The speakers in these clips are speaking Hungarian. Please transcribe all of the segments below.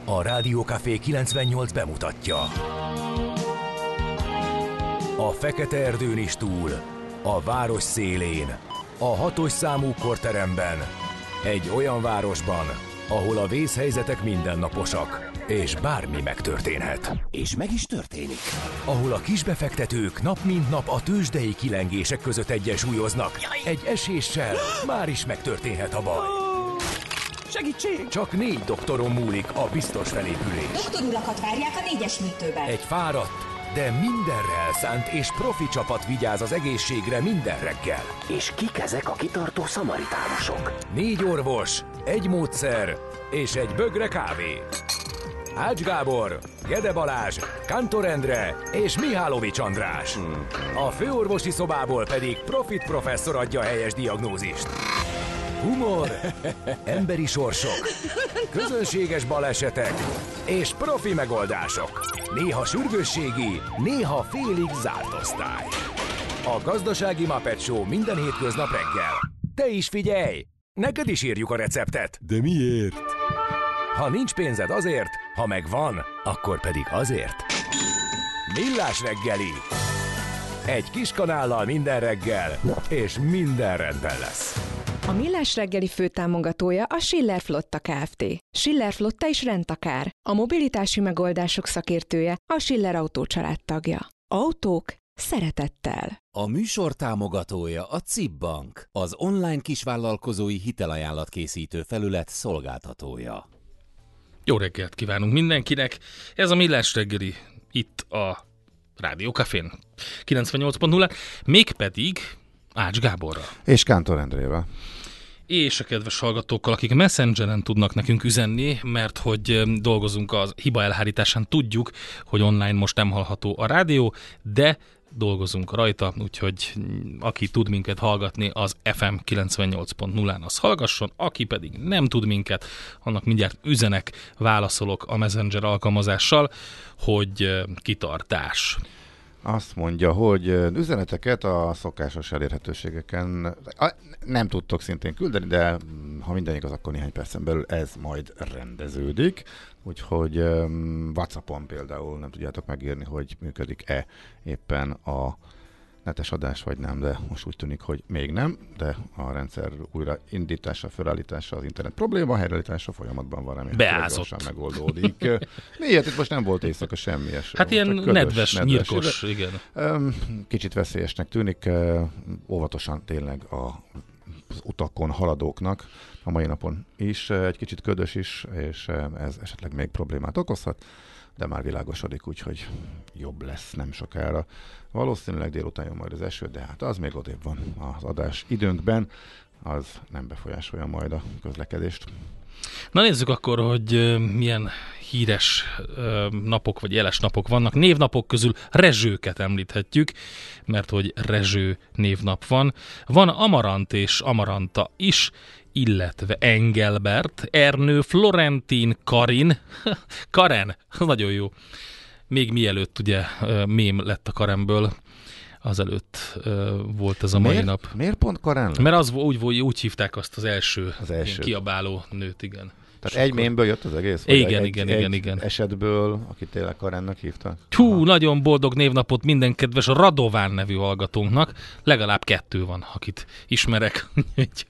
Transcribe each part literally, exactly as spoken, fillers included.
A Rádiókafé kilencvennyolc bemutatja. A fekete erdőn is túl, a város szélén, a hatos számú korteremben, egy olyan városban, ahol a vészhelyzetek mindennaposak, és bármi megtörténhet. És meg is történik. Ahol a kisbefektetők nap mint nap a tőzsdei kilengések között egyensúlyoznak. Egy eséssel már is megtörténhet a baj. Segítség! Csak négy doktoron múlik a biztos felépülés. Doktorulakat várják a négyes műtőben. Egy fáradt, de mindenre elszánt és profi csapat vigyáz az egészségre minden reggel. És kik ezek a kitartó szamaritánusok? Négy orvos, egy módszer és egy bögre kávé. Ács Gábor, Gede Balázs, Kántor Endre és Mihálovics András. A főorvosi szobából pedig Profit professzor adja a helyes diagnózist. Humor, emberi sorsok, közönséges balesetek és profi megoldások. Néha sürgősségi, néha félig zárt osztály. A Gazdasági Muppet Show minden hétköznap reggel. Te is figyelj! Neked is írjuk a receptet. De miért? Ha nincs pénzed azért, ha megvan, akkor pedig azért. Millás reggeli. Egy kis kanállal minden reggel, és minden rendben lesz. A Millás reggeli főtámogatója a Schiller Flotta Kft. Schiller Flotta is rendtakár. A mobilitási megoldások szakértője, a Schiller Autó család tagja. Autók szeretettel. A műsor támogatója a cé i bé Bank, az online kisvállalkozói hitelajánlatkészítő felület szolgáltatója. Jó reggelt kívánunk mindenkinek! Ez a Millás reggeli itt a Rádiókafén kilencvennyolc pont nulla, mégpedig Ács Gáborral. És Kántor Endrével. És a kedves hallgatókkal, akik Messengeren tudnak nekünk üzenni, mert hogy dolgozunk az hiba elhárításán, tudjuk, hogy online most nem hallható a rádió, de dolgozunk rajta, úgyhogy aki tud minket hallgatni, az ef em kilencvennyolc pont nullán az hallgasson, aki pedig nem tud minket, annak mindjárt üzenek, válaszolok a Messenger alkalmazással, hogy kitartás. Azt mondja, hogy üzeneteket a szokásos elérhetőségeken nem tudtok szintén küldeni, de ha minden igaz, akkor néhány percen belül ez majd rendeződik. Úgyhogy um, WhatsAppon például nem tudjátok megírni, hogy működik-e éppen a netes adás, vagy nem, de most úgy tűnik, hogy még nem, de a rendszer újraindítása, felállítása, az internet probléma, helyreállítása folyamatban van, beázott. Megoldódik. Miért? Itt most nem volt éjszaka semmi esély. Hát ilyen ködös, nedves, nedves, nyírkos, de, igen. Um, kicsit veszélyesnek tűnik, uh, óvatosan tényleg a, az utakon haladóknak, a mai napon is, uh, egy kicsit ködös is, és uh, ez esetleg még problémát okozhat, de már világosodik, úgyhogy jobb lesz nem sokára. Valószínűleg délután jön majd az eső, de hát az még odébb van az adás időnkben, az nem befolyásolja majd a közlekedést. Na nézzük akkor, hogy milyen híres napok vagy jeles napok vannak. Névnapok közül Rezsőket említhetjük, mert hogy Rezső névnap van. Van Amarant és Amaranta is, illetve Engelbert, Ernő, Florentin, Karin, Karen, nagyon jó. Még mielőtt ugye mém lett a Karenből, azelőtt volt ez a mai miért, nap. Miért pont Karen lett? Mert az úgy, úgy hívták azt az első, az első. kiabáló nőt, igen. Tehát egy mémből jött az egész? Igen, egy, igen, egy igen, igen. esetből, aki tényleg Karennak hívta? Hú, aha. Nagyon boldog névnapot minden kedves Radován nevű hallgatónknak. Legalább kettő van, akit ismerek. Egy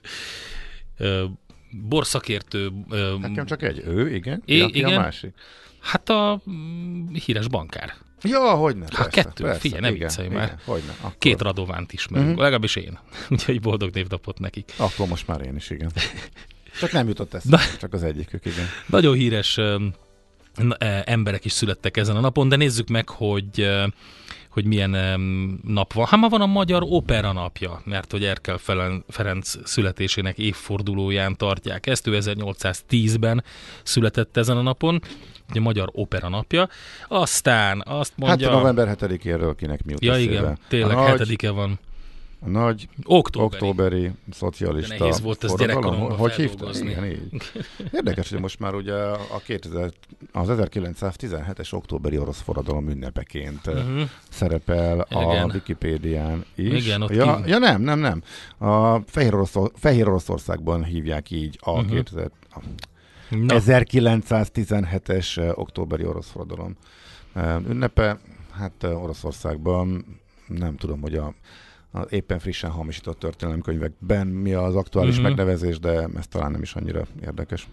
ö, borszakértő. Ö, Nekem csak egy. Ő, igen. É, ja, igen. A másik? Hát a mm, híres bankár. Ja, hogyne. Hát kettő, persze, figyelj, ne viccelj már. Igen, hogyne. Akkor... Két Radovánt ismerünk, uh-huh. Legalábbis én. Úgyhogy boldog névnapot nekik. Akkor most már én is, igen. Csak nem jutott eszembe, csak az egyikük, igen. Nagyon híres ö, emberek is születtek ezen a napon, de nézzük meg, hogy, ö, hogy milyen ö, nap van. Hát ma van a Magyar Opera napja, mert hogy Erkel Ferenc születésének évfordulóján tartják ezt. Ő ezernyolcszáztízben született ezen a napon. Ugye Magyar Opera napja. Aztán azt mondja... Hát november hetedikéről kinek mi jut Ja eszébe. igen, tényleg hetedike van. A nagy októberi, októberi szocialista de nehéz volt ezt gyerekkoromban hogy hívták? Igen, így. Érdekes, hogy most már ugye a kétezer, az ezerkilencszáztizenhetes októberi orosz forradalom ünnepeként uh-huh. szerepel igen. A Wikipédián is. Igen, ott ja, ki... ja nem, nem, nem. A Fehér, Orosz, Fehér Oroszországban hívják így a uh-huh. kétezer... A, Na. ezerkilencszáztizenhetes októberi orosz forradalom ünnepe. Hát Oroszországban nem tudom, hogy a, a éppen frissen hamisított történelemkönyvekben mi az aktuális uh-huh. megnevezés, de ez talán nem is annyira érdekes.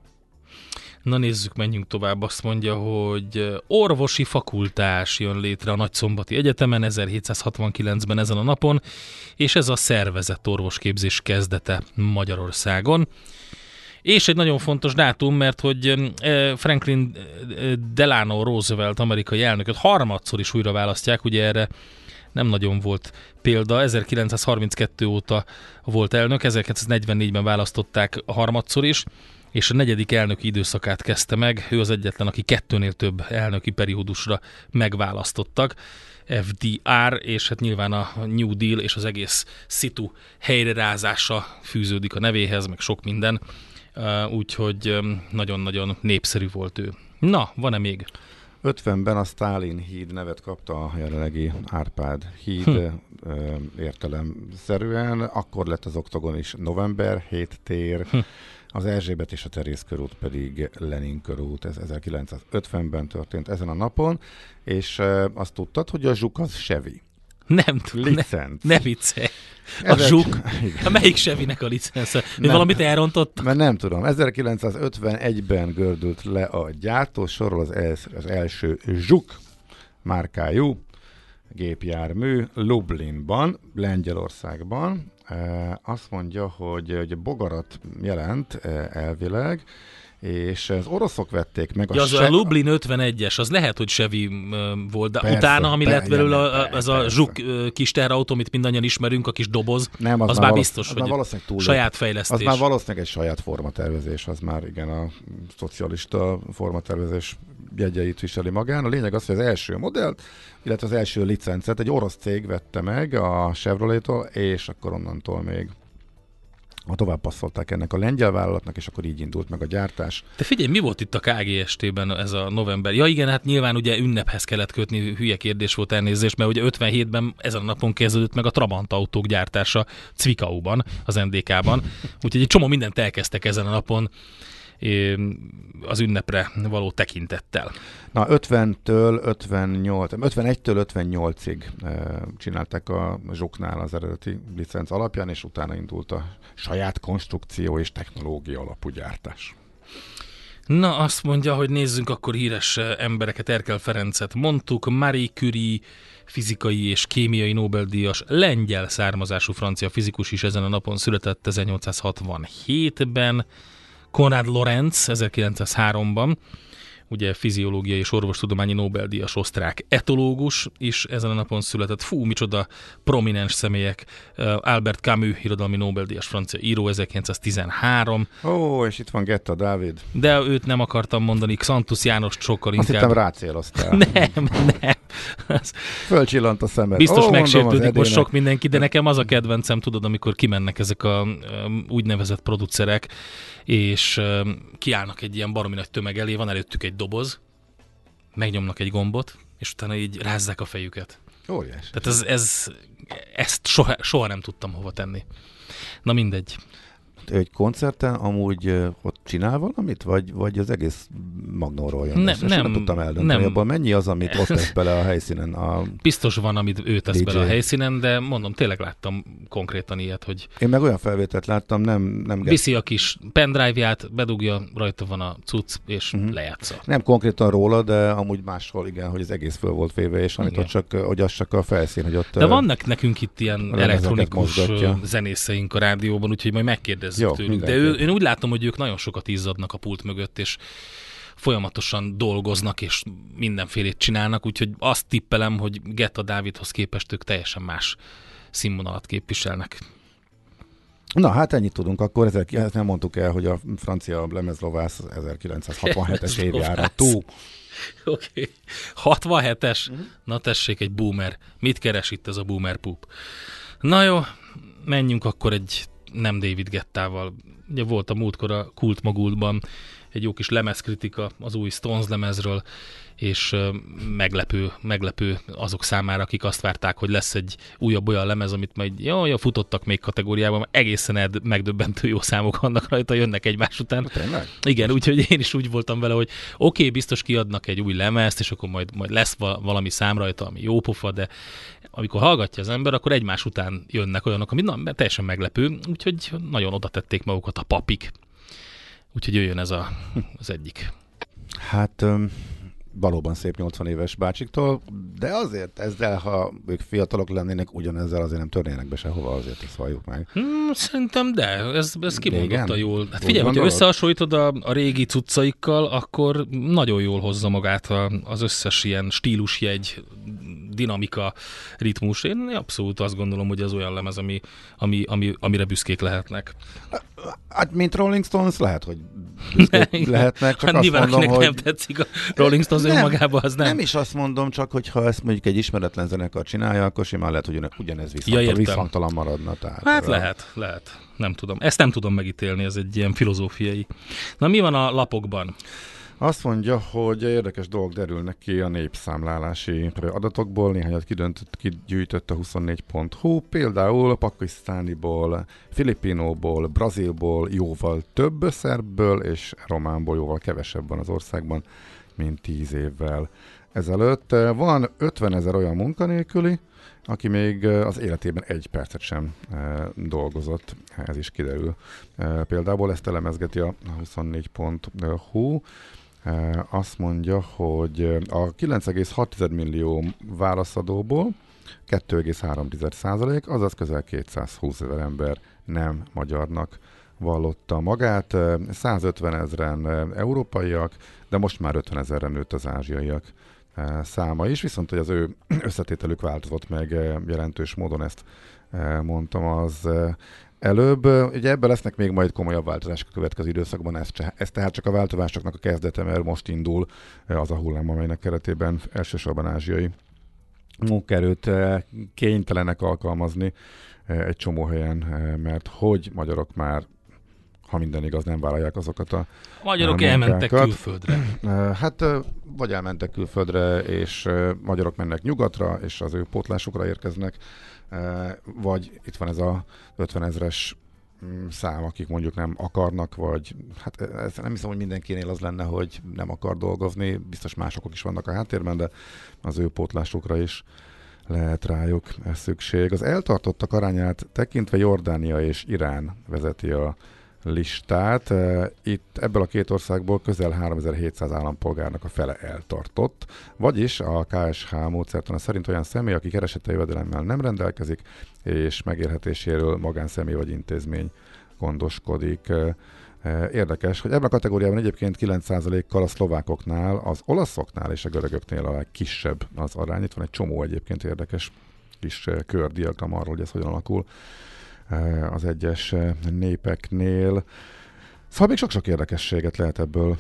Na nézzük, menjünk tovább. Azt mondja, hogy orvosi fakultás jön létre a Nagyszombati Egyetemen ezerhétszázhatvankilencben ezen a napon, és ez a szervezett orvosképzés kezdete Magyarországon. És egy nagyon fontos dátum, mert hogy Franklin Delano Roosevelt amerikai elnököt harmadszor is újra választják, ugye erre nem nagyon volt példa, ezerkilencszázharminckettő óta volt elnök, ezerkilencszáznegyvennégyben választották harmadszor is, és a negyedik elnöki időszakát kezdte meg, ő az egyetlen, aki kettőnél több elnöki periódusra megválasztottak. ef dé er, és hát nyilván a New Deal és az egész szitu helyrerázása fűződik a nevéhez, meg sok minden, úgyhogy nagyon-nagyon népszerű volt ő. Na, van-e még? ötvenben a Sztálin híd nevet kapta a jelenlegi Árpád híd hm. értelemszerűen, akkor lett az Oktogon is november, hét tér, hm. az Erzsébet és a Terész körút pedig Lenin körút, ez ezerkilencszázötvenben történt ezen a napon, és azt tudtad, hogy a Zsuk az Chevy. Nem tudom, licenc. Ne, ne viccelj. A Ezek... Zsuk? A melyik Chevynek a licensze? Mi valamit elrontott? Mert nem tudom. ezerkilencszázötvenegyben gördült le a gyártósorról az, els, az első Zsuk márkájú gépjármű Lublinban, Lengyelországban. E, azt mondja, hogy, hogy bogarat jelent e, elvileg, és az oroszok vették meg a... Ja, az se... a Lublin ötvenegyes, az lehet, hogy Chevy uh, volt, de persze, utána, ami per, lett belőle a, per, az a Zsuk uh, kis teherautó, amit mindannyian ismerünk, a kis doboz, nem, az, az már már biztos, az hogy már túl saját fejlesztés. Az már valószínűleg egy saját formatervezés, az már igen a szocialista formatervezés jegyeit viseli magán. A lényeg az, hogy az első modellt, illetve az első licencet egy orosz cég vette meg a Chevrolet-tól, és akkor onnantól még tovább passzolták ennek a lengyel vállalatnak, és akkor így indult meg a gyártás. Te figyelj, mi volt itt a ká gé es té-ben ez a november? Ja igen, hát nyilván ugye ünnephez kellett kötni, hülye kérdés volt, elnézést, mert ugye ötvenhétben ezen a napon kezdődött meg a Trabant autók gyártása Zwickauban, az en dé ká-ban, úgyhogy egy csomó mindent elkezdtek ezen a napon az ünnepre való tekintettel. Na, ötventől ötvennyolc, ötvenegytől ötvennyolcig csinálták a Zsuknál az eredeti licenc alapján, és utána indult a saját konstrukció és technológia alapú gyártás. Na, azt mondja, hogy nézzünk akkor híres embereket, Erkel Ferencet mondtuk, Marie Curie fizikai és kémiai Nobel-díjas, lengyel származású francia fizikus is ezen a napon született ezernyolcszázhatvanhétben, Konrad Lorenz ezerkilencszázháromban, ugye fiziológiai és orvostudományi Nobel-díjas osztrák etológus is ezen a napon született. Fú, micsoda prominens személyek. Albert Camus, irodalmi Nobel-díjas francia író, ezerkilencszáztizenhárom. Ó, és itt van Getta Dávid. De őt nem akartam mondani, Xantus János sokkal inkább. Azt hittem rácéloztál. Nem, nem. Fölcsillant a szemed. Biztos Ó, megsértődik most sok mindenki, de nekem az a kedvencem, tudod, amikor kimennek ezek a um, úgynevezett producerek, és um, kiállnak egy ilyen baromi nagy tömeg elé, van előttük egy doboz, megnyomnak egy gombot, és utána így rázzák a fejüket. Óriás. Tehát ez, ez, ezt soha, soha nem tudtam hova tenni. Na mindegy. Egy koncerten amúgy uh, ott csinál valamit, vagy, vagy az egész magnóról jön? Nem, nem, nem tudtam eldönteni, nem. Abban mennyi az, amit ott tesz bele a helyszínen? A biztos van, amit ő tesz dé dzsé. Bele a helyszínen, de mondom, tényleg láttam konkrétan ilyet, hogy én meg olyan felvételt láttam, nem... nem viszi a kis pendrive-ját, bedugja, rajta van a cucc, és uh-huh. lejátsza. Nem konkrétan róla, de amúgy máshol, igen, hogy az egész föl volt véve, és amit ott csak, hogy az csak a felszín, hogy ott... De vannak nekünk itt ilyen elektronikus mozgatja. Zenészeink a rádióban, úgyhogy majd megkérdezzük jó, tőlük. De ő, én úgy látom, hogy ők nagyon sokat izzadnak a pult mögött, és folyamatosan dolgoznak, és mindenfélét csinálnak, úgyhogy azt tippelem, hogy Getta Dávidhoz képest ők teljesen más színvonalat képviselnek. Na, hát ennyit tudunk akkor. Ezek, nem mondtuk el, hogy a francia lemezlovász ezerkilencszázhatvanhetes évjáratú. Oké. Okay. hatvanhetes? Uh-huh. Na tessék, egy boomer. Mit keres itt ez a boomer pup? Na jó, menjünk akkor egy nem David Gettával. Ugye volt a múltkor a Kult Mogultban egy jó kis lemezkritika az új Stones lemezről, és meglepő, meglepő azok számára, akik azt várták, hogy lesz egy újabb olyan lemez, amit majd jó, jó, futottak még kategóriában, egészen ed- megdöbbentő jó számok vannak rajta, jönnek egymás után. Tényleg? Igen, úgyhogy én is úgy voltam vele, hogy oké, okay, biztos kiadnak egy új lemezt, és akkor majd, majd lesz valami szám rajta, ami jó pofa, de amikor hallgatja az ember, akkor egymás után jönnek olyanok, ami na, teljesen meglepő, úgyhogy nagyon oda tették magukat a papik. Úgyhogy jöjjön ez a, az egyik. Hát... Um... valóban szép nyolcvan éves bácsiktól, de azért ezzel, ha ők fiatalok lennének, ugyanezzel azért nem törnének be sehova, azért ezt valljuk meg. Hmm, szerintem de, ez, ez kimondotta jól. Hát figyelj, hogyha összehasonlítod a, a régi cuccaikkal, akkor nagyon jól hozza magát a, az összes ilyen stílusjegy, dinamika, ritmus. Én abszolút azt gondolom, hogy ez olyan lemez, ami, ami, ami, amire büszkék lehetnek. Hát, mint Rolling Stones lehet, hogy büszkék lehetnek, csak hát azt mondom, hogy... nem hogy... tetszik a Rolling Stones önmagában, az nem. Nem is azt mondom, csak hogyha ezt mondjuk egy ismeretlen zenekar csinálja, akkor simán lehet, hogy ugyanez ja, visszhangtalan maradna. Tehát hát lehet, lehet. Nem tudom. Ezt nem tudom megítélni, ez egy ilyen filozófiai. Na mi van a lapokban? Azt mondja, hogy érdekes dolgok derülnek ki a népszámlálási adatokból, néhányat kidöntött, kigyűjtött a huszonnégy pont hu, például pakisztániból, filipinóból, brazilból jóval több, szerbből és románból jóval kevesebb van az országban, mint tíz évvel ezelőtt. Van ötvenezer olyan munkanélküli, aki még az életében egy percet sem e, dolgozott, ez is kiderül. E, például ezt elemezgeti a huszonnégy pont hu, e, azt mondja, hogy a kilenc egész hat millió válaszadóból kettő egész három százalék, azaz közel kétszázhúsz ezer ember nem magyarnak vallotta magát, százötven ezren európaiak, de most már ötven ezerre nőtt az ázsiaiak száma is, viszont hogy az ő összetételük változott meg jelentős módon, ezt mondtam az előbb. Ugye ebben lesznek még majd komolyabb változások a következő időszakban, ez, ez tehát csak a változásoknak a kezdete, mert most indul az a hullám, amelynek keretében elsősorban ázsiai munkaerőt kénytelenek alkalmazni egy csomó helyen, mert hogy magyarok már, ha minden igaz, nem vállalják azokat a magyarok munkákat. Elmentek külföldre. Hát vagy elmentek külföldre, és magyarok mennek nyugatra, és az ő pótlásukra érkeznek, vagy itt van ez a ötven ezres szám, akik mondjuk nem akarnak, vagy hát ez nem hiszem, hogy mindenkinél az lenne, hogy nem akar dolgozni, biztos mások is vannak a háttérben, de az ő pótlásukra is lehet rájuk szükség. Az eltartottak arányát tekintve Jordánia és Irán vezeti a listát. Itt ebből a két országból közel háromezer-hétszáz állampolgárnak a fele eltartott, vagyis a ká es há módszertana szerint olyan személy, aki keresette jövedelemmel nem rendelkezik, és megélhetéséről magánszemély vagy intézmény gondoskodik. Érdekes, hogy ebben a kategóriában egyébként kilenc százalékkal a szlovákoknál, az olaszoknál és a görögöknél a kisebb az arány. Itt van egy csomó egyébként érdekes kis kördiagram arról, hogy ez hogyan alakul az egyes népeknél. Szóval még sok-sok érdekességet lehet ebből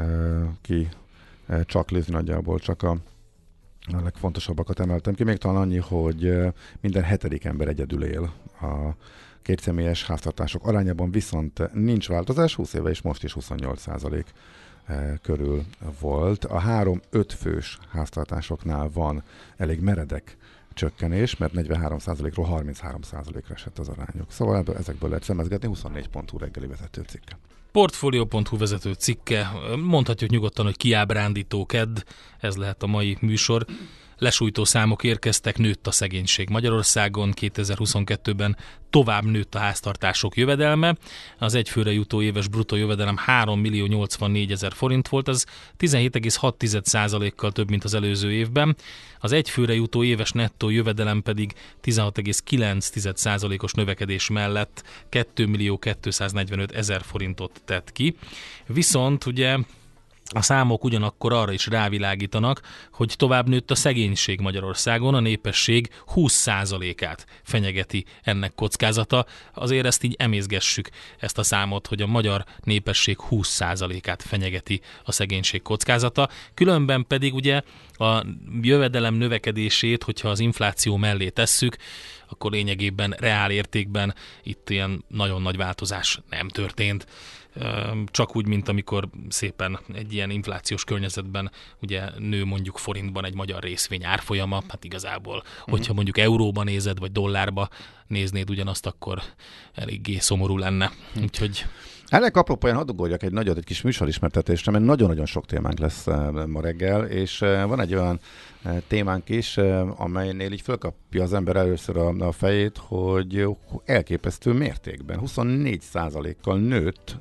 ki csaklizni, nagyjából csak a, a legfontosabbakat emeltem ki. Még talán annyi, hogy minden hetedik ember egyedül él a kétszemélyes háztartások arányában, viszont nincs változás, húsz éve és most is huszonnyolc százalék körül volt. A három-öt fős háztartásoknál van elég meredek csökkenés, mert negyvenhárom százalékról harminchárom százalékra esett az arányok. Szóval ebből, ezekből lehet szemezgetni, huszonnégy pont hu reggeli vezető cikke. Portfolio pont hu vezető cikke, mondhatjuk nyugodtan, hogy kiábrándító kedd, ez lehet a mai műsor. Lesújtó számok érkeztek, nőtt a szegénység Magyarországon, kétezer-huszonkettőben tovább nőtt a háztartások jövedelme, az egyfőre jutó éves bruttó jövedelem három millió nyolcvannégy ezer forint volt, az tizenhét egész hat százalékkal több, mint az előző évben, az egyfőre jutó éves nettó jövedelem pedig tizenhat egész kilenc százalékos növekedés mellett két millió kétszáznegyvenöt ezer forintot tett ki, viszont ugye a számok ugyanakkor arra is rávilágítanak, hogy tovább nőtt a szegénység Magyarországon, a népesség húsz százalékát fenyegeti ennek kockázata. Azért ezt így emészgessük, ezt a számot, hogy a magyar népesség húsz százalékát fenyegeti a szegénység kockázata. Különben pedig ugye a jövedelem növekedését, hogyha az infláció mellé tesszük, akkor lényegében reál értékben itt ilyen nagyon nagy változás nem történt. Csak úgy, mint amikor szépen egy ilyen inflációs környezetben ugye nő mondjuk forintban egy magyar részvény árfolyama, hát igazából, uh-huh. hogyha mondjuk euróban nézed, vagy dollárba néznéd ugyanazt, akkor eléggé szomorú lenne. Uh-huh. Úgyhogy... Ennek apropóján hadd ugorjak egy nagyot, egy kis műsorismertetésre, mert nagyon-nagyon sok témánk lesz ma reggel, és van egy olyan témánk is, amelynél így fölkapja az ember először a, a fejét, hogy elképesztő mértékben, huszonnégy százalékkal nőtt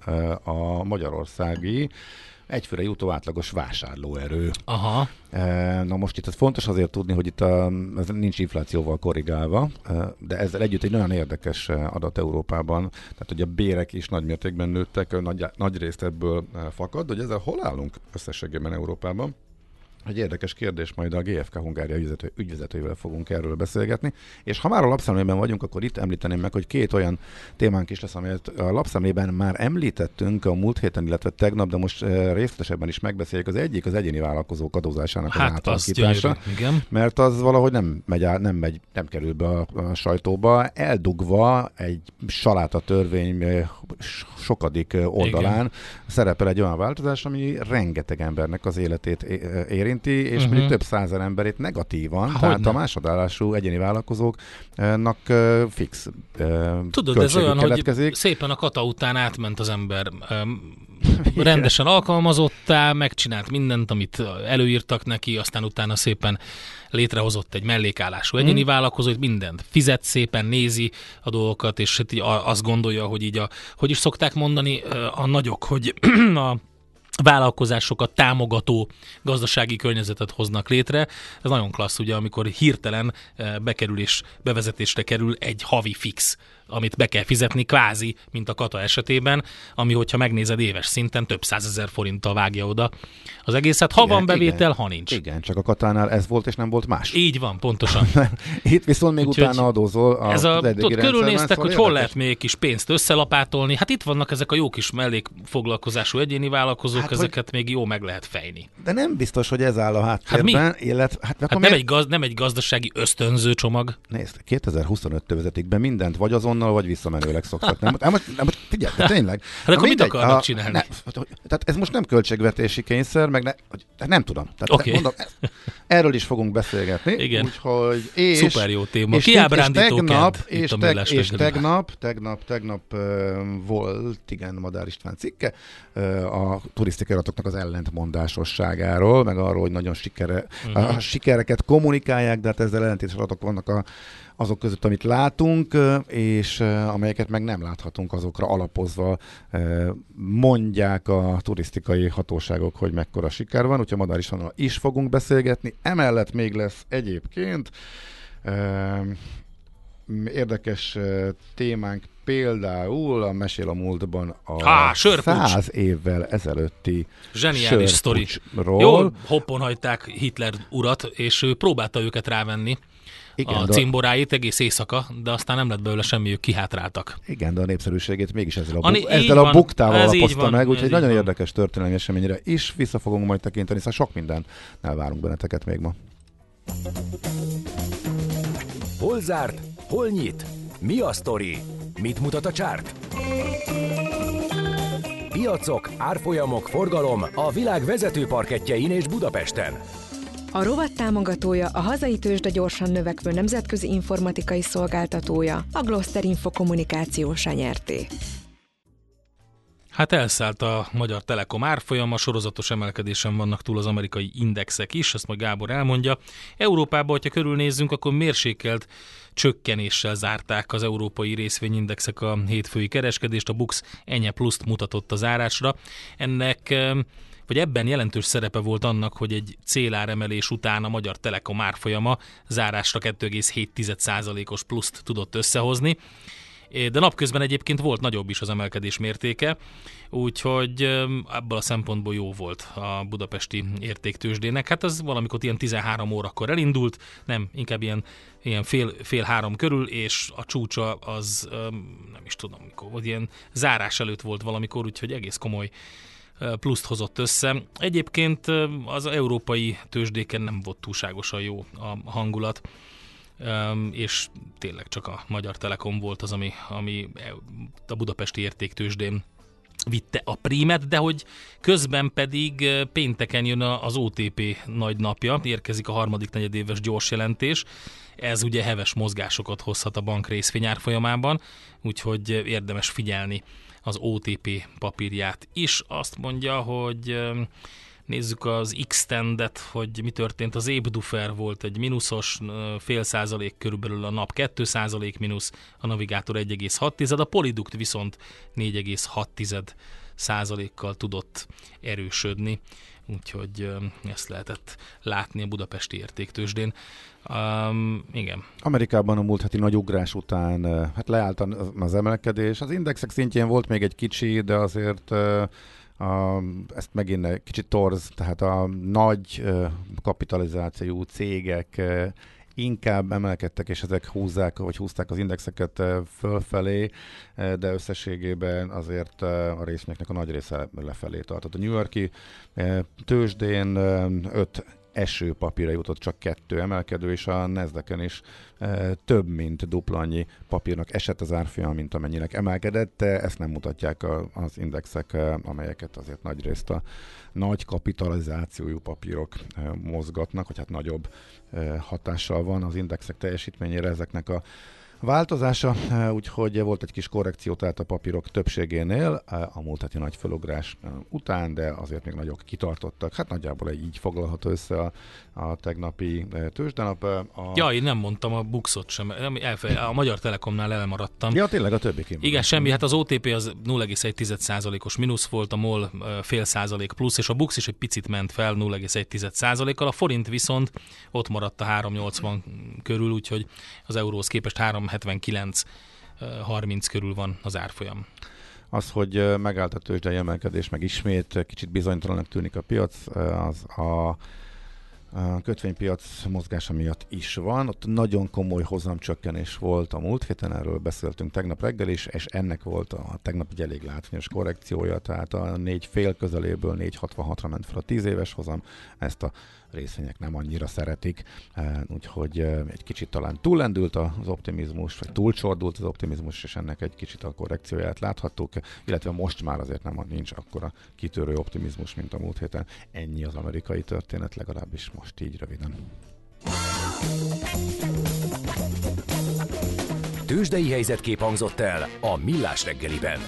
a magyarországi egyfőre jutó átlagos vásárlóerő. Aha. Na most itt ez fontos azért tudni, hogy itt a, ez nincs inflációval korrigálva, de ezzel együtt egy nagyon érdekes adat Európában, tehát hogy a bérek is nagy mértékben nőttek, nagy, nagy részt ebből fakad, hogy ezzel hol állunk összességében Európában? Egy érdekes kérdés, majd a gé ef ká Hungária ügyvezető, ügyvezetőjével fogunk erről beszélgetni. És ha már a lapszemlében vagyunk, akkor itt említeném meg, hogy két olyan témánk is lesz, amelyet a lapszemlében már említettünk a múlt héten, illetve tegnap, de most részletesebben is megbeszéljük. Az egyik az egyéni vállalkozók adózásának hát az átalakítása, igen. Mert az valahogy nem megy, át, nem megy, nem kerül be a, a sajtóba, eldugva egy saláta törvény sokadik oldalán igen. szerepel egy olyan változás, ami rengeteg embernek az életét éri, és uh-huh. mondjuk több százer emberét negatívan, Há, tehát a másodállású egyéni vállalkozóknak uh, fix uh, Tudod, ez olyan, keletkezik. Hogy szépen a kata után átment az ember um, rendesen alkalmazottá, megcsinált mindent, amit előírtak neki, aztán utána szépen létrehozott egy mellékállású egyéni mm. vállalkozót, mindent fizet szépen, nézi a dolgokat, és hát így azt gondolja, hogy így a, hogy is szokták mondani a nagyok, hogy a vállalkozásokat támogató gazdasági környezetet hoznak létre. Ez nagyon klassz, ugye, amikor hirtelen bekerül és bevezetésre kerül egy havi fix, amit be kell fizetni kvázi, mint a kata esetében, ami, hogyha megnézed éves szinten, több százezer forinttal vágja oda az egészet. Ha igen, van bevétel, igen, ha nincs. Igen, csak a katánál ez volt, és nem volt más. Így van, pontosan. Itt viszont még Úgyhogy utána adózol a ez a, tudod, körülnéztek, hogy hol lehet még kis pénzt összelapátolni. Hát itt vannak ezek a jó kis mellékfoglalkozású egyéni vállalkozók, hát, ezeket hogy... még jó meg lehet fejni. De nem biztos, hogy ez áll a háttérben. Hát, illet, hát, hát nem, egy gaz, nem egy gazdasági ösztönző csomag. Nézd, kétezer-huszonöt vezetik be mindent, vagy azonnal, vagy visszamenőleg szoktak. Nem, nem, most, nem, most figyelj, de tényleg. Hát akkor mit akarnak a, csinálni? Ne, tehát ez most nem költségvetési kényszer, meg ne, nem tudom. Tehát okay. mondom, erről is fogunk beszélgetni. Igen. Úgyhogy, és, szuper jó téma. És, kiábrándító és tegnap, kent, és, teg, és tegnap, tegnap, tegnap uh, volt, igen, Madár István cikke uh, a turisztikai adatoknak az ellentmondásosságáról, meg arról, hogy nagyon sikere, uh-huh. a sikereket kommunikálják, de hát ezzel ellentétes adatok vannak a azok között, amit látunk, és amelyeket meg nem láthatunk, azokra alapozva mondják a turisztikai hatóságok, hogy mekkora siker van, úgyhogy Madár Istvánról is fogunk beszélgetni. Emellett még lesz egyébként érdekes témánk, például a Mesél a múltban a Há, száz évvel ezelőtti zseniális sztori. Jól hoppon hagyták Hitler urat, és ő próbálta őket rávenni. Igen, a cimboráit egész éjszaka, de aztán nem lett belőle semmi, ők kihátráltak. Igen, de a népszerűségét mégis ezzel a, bu- ezzel a buktával alapozta meg, úgyhogy nagyon van. Érdekes történelmi eseményre is vissza fogunk majd tekinteni, szóval sok mindennel várunk benneteket még ma. Hol zárt? Hol nyit? Mi a sztori? Mit mutat a csárt? Piacok, árfolyamok, forgalom a világ vezető parkettjein és Budapesten. A rovat támogatója, a hazai tőzsde gyorsan növekvő nemzetközi informatikai szolgáltatója, a Gloster Info Kommunikáció Nyerté. Hát elszállt a Magyar Telekom árfolyama, sorozatos emelkedésen vannak túl az amerikai indexek is, ezt majd Gábor elmondja. Európában, hogyha körülnézzünk, akkor mérsékelt csökkenéssel zárták az európai részvényindexek a hétfői kereskedést, a BUX enyhe pluszt mutatott a zárásra. Ennek vagy ebben jelentős szerepe volt annak, hogy egy céláremelés után a Magyar Telekom árfolyama zárásra kettő egész hét százalékos pluszt tudott összehozni, de napközben egyébként volt nagyobb is az emelkedés mértéke, úgyhogy ebből a szempontból jó volt a budapesti értéktőzsdének. Hát az valamikor ilyen tizenhárom órakor elindult, nem, inkább ilyen, ilyen fél, fél három körül, és a csúcsa az nem is tudom mikor volt, ilyen zárás előtt volt valamikor, úgyhogy egész komoly pluszt hozott össze. Egyébként az európai tőzsdéken nem volt túlságosan jó a hangulat. és tényleg csak a Magyar Telekom volt az, ami, ami a budapesti értéktőzsdén vitte a prímet, de hogy közben pedig pénteken jön az o té pé nagy napja, érkezik a harmadik negyedéves gyors jelentés. Ez ugye heves mozgásokat hozhat a bank részvényárfolyamában, úgyhogy érdemes figyelni az o té pé papírját is. Azt mondja, hogy nézzük az X-tendet, hogy mi történt. Az Ébdufer volt egy mínuszos, fél százalék körülbelül, a nap két százalék mínusz, a navigátor egy egész hat, a Polyduct viszont négy egész hat százalékkal tudott erősödni, úgyhogy ezt lehetett látni a budapesti értéktőzsdén. Um, igen. Amerikában a múlt heti nagy ugrás után hát leállt az emelkedés. Az indexek szintjén volt még egy kicsi, de azért A, ezt megint egy kicsit torz, tehát a nagy uh, kapitalizációjú cégek uh, inkább emelkedtek, és ezek húzzák, vagy húzták az indexeket uh, fölfelé, uh, de összességében azért uh, a részvényeknek a nagy része lefelé tartott. A New York-i uh, tőzsdén uh, öt eső papírra jutott, csak kettő emelkedő, és a Nasdaqen is e, több mint dupla annyi papírnak esett az árfolyam, mint amennyinek emelkedett, de ezt nem mutatják a, az indexek, e, amelyeket azért nagyrészt a nagy kapitalizációjú papírok e, mozgatnak, hogy hát nagyobb e, hatással van az indexek teljesítményére ezeknek a változása, úgyhogy volt egy kis korrekció, tehát a papírok többségénél a múlt heti nagy felugrás után, de azért még nagyok kitartottak. Hát nagyjából így foglalható össze a, a tegnapi tőzsdenap. A... Ja, én nem mondtam a buxot sem, elfej, a Magyar Telekomnál elmaradtam. Ja, tényleg a többi kim. Igen, semmi, hát az o té pé az nulla egész egy százalékos mínusz volt, a MOL fél százalék plusz, és a Bux is egy picit ment fel nulla egész egy százalékkal, a forint viszont ott maradt a három nyolcvan körül, úgyhogy az euróhoz képest három hetvenkilenc harminc körül van az árfolyam. Az, hogy megállt a tőzsdei emelkedés, meg ismét kicsit bizonytalannak tűnik a piac, az a A kötvénypiac mozgása miatt is van. Ott nagyon komoly hozamcsökkenés volt a múlt héten, erről beszéltünk tegnap reggel is, és ennek volt a tegnap egy elég látványos korrekciója, tehát a négy fél közeléből négy hatvanhatra ment fel a tíz éves hozam, ezt a részvények nem annyira szeretik, úgyhogy egy kicsit talán túllendült az optimizmus, vagy túlcsordult az optimizmus, és ennek egy kicsit a korrekcióját láthattuk, illetve most már azért nem nincs akkora kitörő optimizmus, mint a múlt héten. Ennyi az amerikai történet, legalábbis most így röviden. Tőzsdei helyzetkép hangzott el a Millás reggeliben.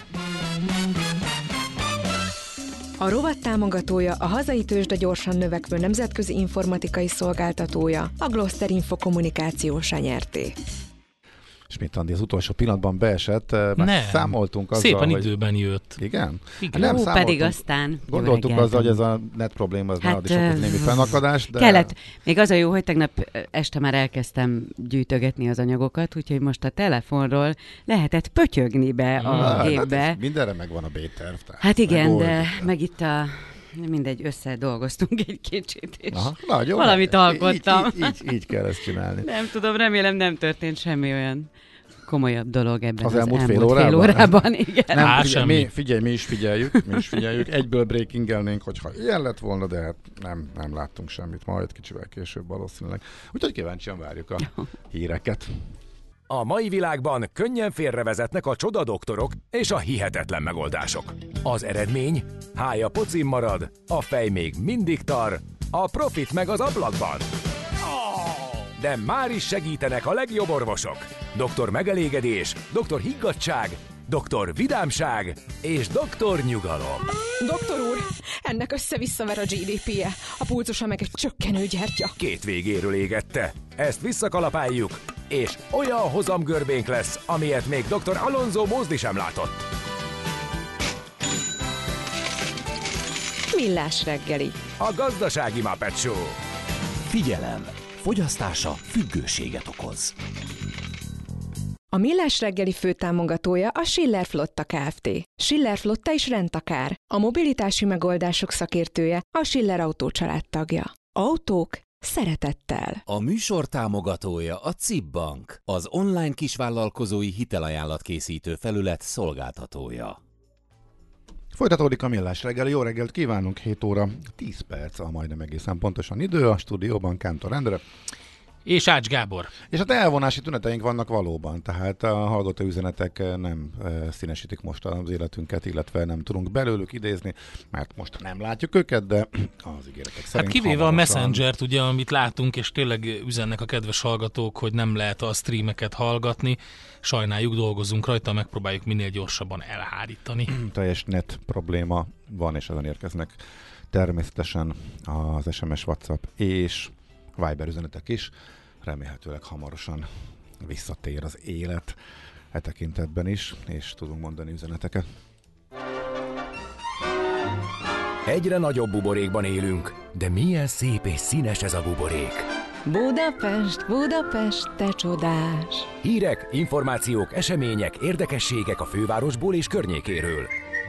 A rovat támogatója a hazai tőzsde gyorsan növekvő nemzetközi informatikai szolgáltatója, a Gloster Info Kommunikációs nyerté. Schmidt Andi az utolsó pillanatban beesett, már nem. számoltunk azzal, Szépen hogy... időben jött. Igen? Igen. Nem Ó, számoltunk. pedig aztán... Gondoltuk azzal, hogy ez a net probléma, az hát, nálad is okoz némi fennakadást, de... Kellett. Még az a jó, hogy tegnap este már elkezdtem gyűjtögetni az anyagokat, úgyhogy most a telefonról lehetett pötyögni be a Na, gépbe. Hát mindenre megvan a B-terv. Hát igen, megoldjuk. de meg itt a... Mindegy, összedolgoztunk egy kicsit, és Aha, nagyon valamit lehet. alkottam. Így, így, így, így kell ezt csinálni. Nem tudom, remélem nem történt semmi olyan komolyabb dolog ebben Az az, elmúlt, elmúlt fél órában? fél órában. Igen. Nem, Á, figyelj, semmi. mi, figyelj, mi is figyeljük, mi is figyeljük. Egyből breakingelnénk, hogyha ilyen lett volna, de hát nem, nem láttunk semmit, majd kicsivel később valószínűleg. Úgyhogy kíváncsian várjuk a híreket. A mai világban könnyen félrevezetnek a csodadoktorok és a hihetetlen megoldások. Az eredmény? Hája pocim marad, a fej még mindig tar, a profit meg az ablakban. De már is segítenek a legjobb orvosok. doktor Megelégedés, doktor Higgadtság, doktor Vidámság és doktor Nyugalom. Doktor úr, ennek össze-visszaver a gé dé pé-je, a pulzusa meg egy csökkenő gyertya. Két végéről égette. Ezt visszakalapáljuk, és olyan hozamgörbénk lesz, amilyet még doktor Alonso Mózdi sem látott. Millás reggeli. A gazdasági Muppet Show. Figyelem! Fogyasztása függőséget okoz. A Millás reggeli főtámogatója a Schiller Flotta Kft. Schiller Flotta és Rendtakár. A mobilitási megoldások szakértője, a Schiller Autó családtagja. Autók szeretettel. A műsor támogatója a cé i bé Bank, az online kisvállalkozói hitelajánlatkészítő felület szolgáltatója. Folytatódik a Millás reggeli. Jó reggelt kívánunk, hét óra tíz perc, a majdnem egészen pontosan idő. A stúdióban Kántor Endre. És Ács Gábor. És hát elvonási tüneteink vannak valóban, tehát a hallgató üzenetek nem e, színesítik most az életünket, illetve nem tudunk belőlük idézni, mert most nem látjuk őket, de az ígéretek szerint Hát kivéve hamarosan... a Messengert, ugye, amit látunk, és tényleg üzennek a kedves hallgatók, hogy nem lehet a streameket hallgatni, sajnáljuk, dolgozunk rajta, megpróbáljuk minél gyorsabban elhárítani. Teljes net probléma van, és ezen érkeznek természetesen az es em es, WhatsApp és Viber üzenetek is. Remélhetőleg hamarosan visszatér az élet e tekintetben is, és tudunk mondani üzeneteket. Egyre nagyobb buborékban élünk, de milyen szép és színes ez a buborék. Budapest, Budapest, te csodás! Hírek, információk, események, érdekességek a fővárosból és környékéről.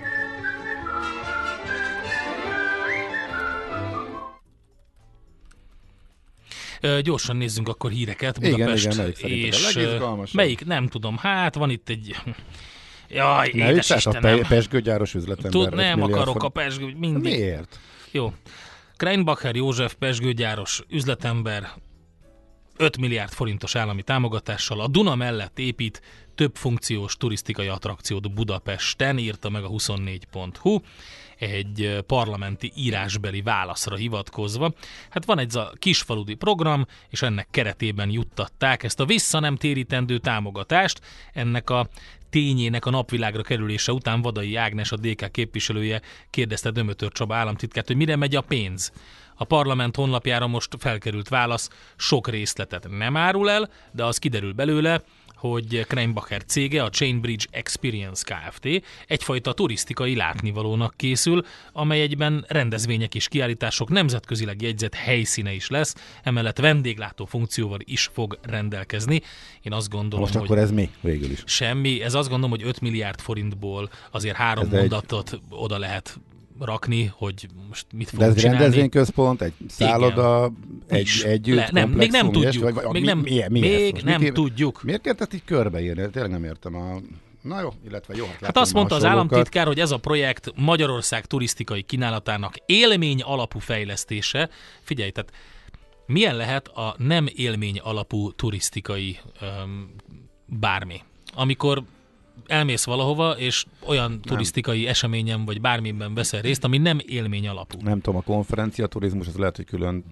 Gyorsan nézzünk akkor híreket. Igen, Budapest, igen, melyik és a legizgalmasabb? Melyik? Nem tudom. Hát van itt egy... Jaj, ne édes a Istenem. Pe- pesgőgyáros üzletember. Tud, nem akarok a pesgő... Mindig. Miért? Jó. Kreinbacher József pesgőgyáros üzletember öt milliárd forintos állami támogatással a Duna mellett épít több funkciós turisztikai attrakciót Budapesten, írta meg a huszonnégy pont hu egy parlamenti írásbeli válaszra hivatkozva. Hát van egy kisfaludi program, és ennek keretében juttatták ezt a vissza nem térítendő támogatást. Ennek a tényének a napvilágra kerülése után Vadai Ágnes, a dé ká képviselője kérdezte Dömötör Csaba államtitkárt, hogy mire megy a pénz. A parlament honlapjára most felkerült válasz sok részletet nem árul el, de az kiderül belőle, hogy Kreinbacher cége, a Chainbridge Experience Kft. Egyfajta turisztikai látnivalónak készül, amely egyben rendezvények és kiállítások, nemzetközileg jegyzett helyszíne is lesz, emellett vendéglátó funkcióval is fog rendelkezni. Én azt gondolom, most hogy... akkor ez mi végül is? Semmi. Ez azt gondolom, hogy öt milliárd forintból azért három ez mondatot egy... oda lehet rakni, hogy most mit fogunk csinálni. De ez rendezvényközpont, egy szálloda, igen, egy, együtt, Le, nem, még nem tudjuk. Vagy, vagy, még mi, nem, mi, mi még nem mit, tudjuk. Miért kellett ezt így körbeírni? Tényleg nem értem. A... Na jó, illetve jó. Hát azt mondta az államtitkár, hogy ez a projekt Magyarország turisztikai kínálatának élmény alapú fejlesztése. Figyelj, tehát milyen lehet a nem élmény alapú turisztikai um, bármi? Amikor elmész valahova, és olyan nem. turisztikai eseményen, vagy bármiben veszel részt, ami nem élmény alapú. Nem tudom, a konferencia turizmus, az lehet, hogy külön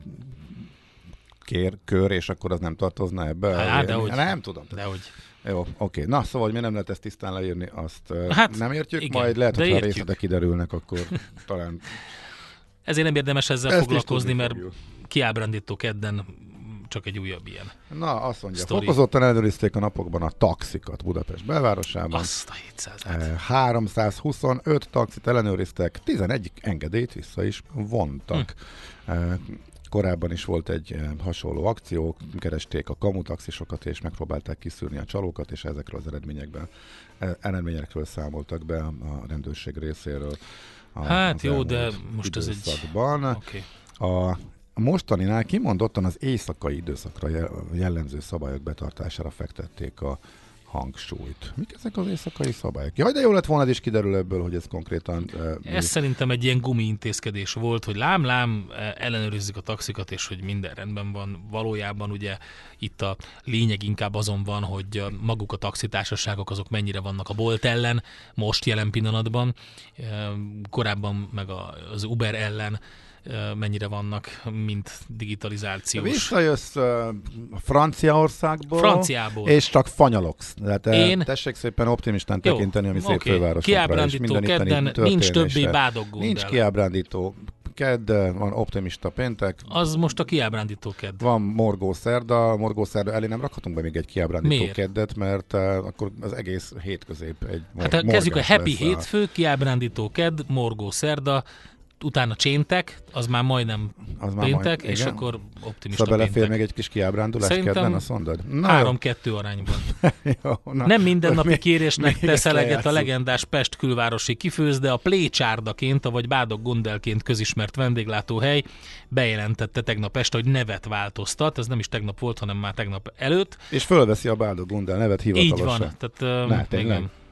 kér, kör, és akkor az nem tartozna ebbe? Hát, de hogy. Nem tudom. De hogy. Jó, oké. Na, szóval, hogy mi nem lehet ezt tisztán leírni, azt hát, nem értjük, igen, majd lehet, hogy a részletek kiderülnek, akkor talán... Ezért nem érdemes ezzel ezt foglalkozni, mert kiábrándító kedden csak egy újabb ilyen. Na, azt mondja, Story. Fokozottan ellenőrizték a napokban a taxikat Budapest belvárosában. Azt a hétszáz. háromszázhuszonöt taxit ellenőriztek, tizenegy engedélyt vissza is vontak. Hm. Korábban is volt egy hasonló akció, keresték a kamutaxisokat, és megpróbálták kiszűrni a csalókat, és ezekről az eredményekben, eredményekről számoltak be a rendőrség részéről. A, hát jó, de most ez egy... Okay. A A mostaninál kimondottan az éjszakai időszakra jellemző szabályok betartására fektették a hangsúlyt. Mik ezek az éjszakai szabályok? Jaj, de jó lett volna, ez is kiderül ebből, hogy ez konkrétan... Uh, ez szerintem egy ilyen gumi intézkedés volt, hogy lám-lám ellenőrizzük a taxikat, és hogy minden rendben van. Valójában ugye itt a lényeg inkább azon van, hogy maguk a taxitársaságok azok mennyire vannak a Bolt ellen, most jelen pillanatban, korábban meg az Uber ellen mennyire vannak, mint digitalizációs. Visszajössz uh, Franciaországból, Franciából. És csak fanyalogsz. Tehát Én... tessék szépen optimistán tekinteni, ami okay. szép fővárosokra. Kiábrándító kedden nincs többé bádog-gundel. Nincs kiábrándító kedd, van optimista péntek. Az most a kiábrándító kedd. Van morgó szerda, morgó szerda elé nem rakhatunk be még egy kiábrándító Miért? keddet, mert uh, akkor az egész hétközép egy mor- Hát kezdjük a happy hétfő, a... kiábrándító kedd, morgó szerda, utána cséntek, az már majdnem az már péntek, majd, és igen. Akkor optimista szóval belefér péntek. még egy kis kiábrándulás kedden, azt mondod? három-kettő arányban. Jó, na, nem mindennapi még, kérésnek tesz eleget a legendás Pest külvárosi kifőz, de a Plécsárdaként, vagy Bádog Gundelként közismert vendéglátóhely bejelentette tegnap este, hogy nevet változtat, ez nem is tegnap volt, hanem már tegnap előtt. És fölveszi a Bádog Gundel nevet hivatalosan. Így van. Tehát, Na, igen.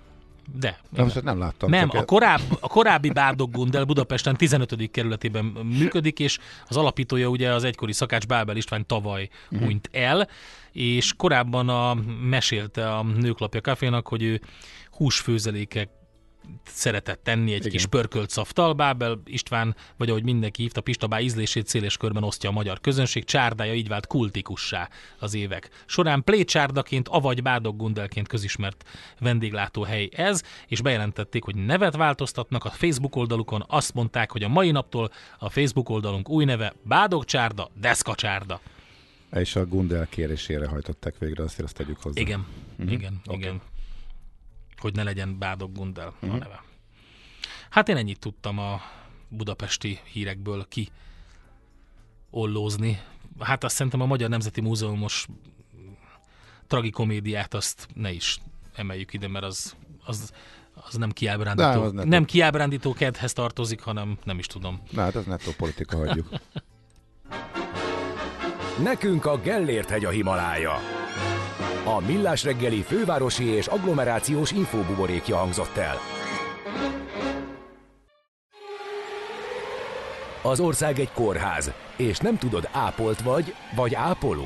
De. Na, most nem láttam. Nem, a, koráb, a korábbi Bádog Gundel Budapesten tizenötödik kerületében működik, és az alapítója ugye az egykori szakács Bábel István tavaly uh-huh. hunyt el, és korábban a, mesélte a Nőklapja Cafénak, hogy ő húsfőzelékek szeretett tenni egy Igen. kis pörkölt szaftal. Bábel István, vagy ahogy mindenki hívta, Pistabá ízlését széles körben osztja a magyar közönség, csárdája így vált kultikussá az évek során. Plécsárdaként, avagy Bádog Gundelként közismert vendéglátóhely ez, és bejelentették, hogy nevet változtatnak a Facebook oldalukon, azt mondták, hogy a mai naptól a Facebook oldalunk új neve Bádog Csárda, Deszka Csárda. És a Gundel kérésére hajtották végre, azt, azt tegyük hozzá. Igen, uh-huh. igen, okay. igen. Hogy ne legyen Bádog Gundel uh-huh. a neve. Hát én ennyit tudtam a budapesti hírekből ki ollózni. Hát azt szerintem a Magyar Nemzeti Múzeumos tragikomédiát azt ne is emeljük ide, mert az, az, az nem kiábrándító. Az nem kiábrándító kedhez tartozik, hanem nem is tudom. Na hát ez nettó politika, hagyjuk. Nekünk a Gellért-hegy a Himalája. A Millás reggeli fővárosi és agglomerációs infóbuborékja hangzott el. Az ország egy kórház, és nem tudod, ápolt vagy, vagy ápoló.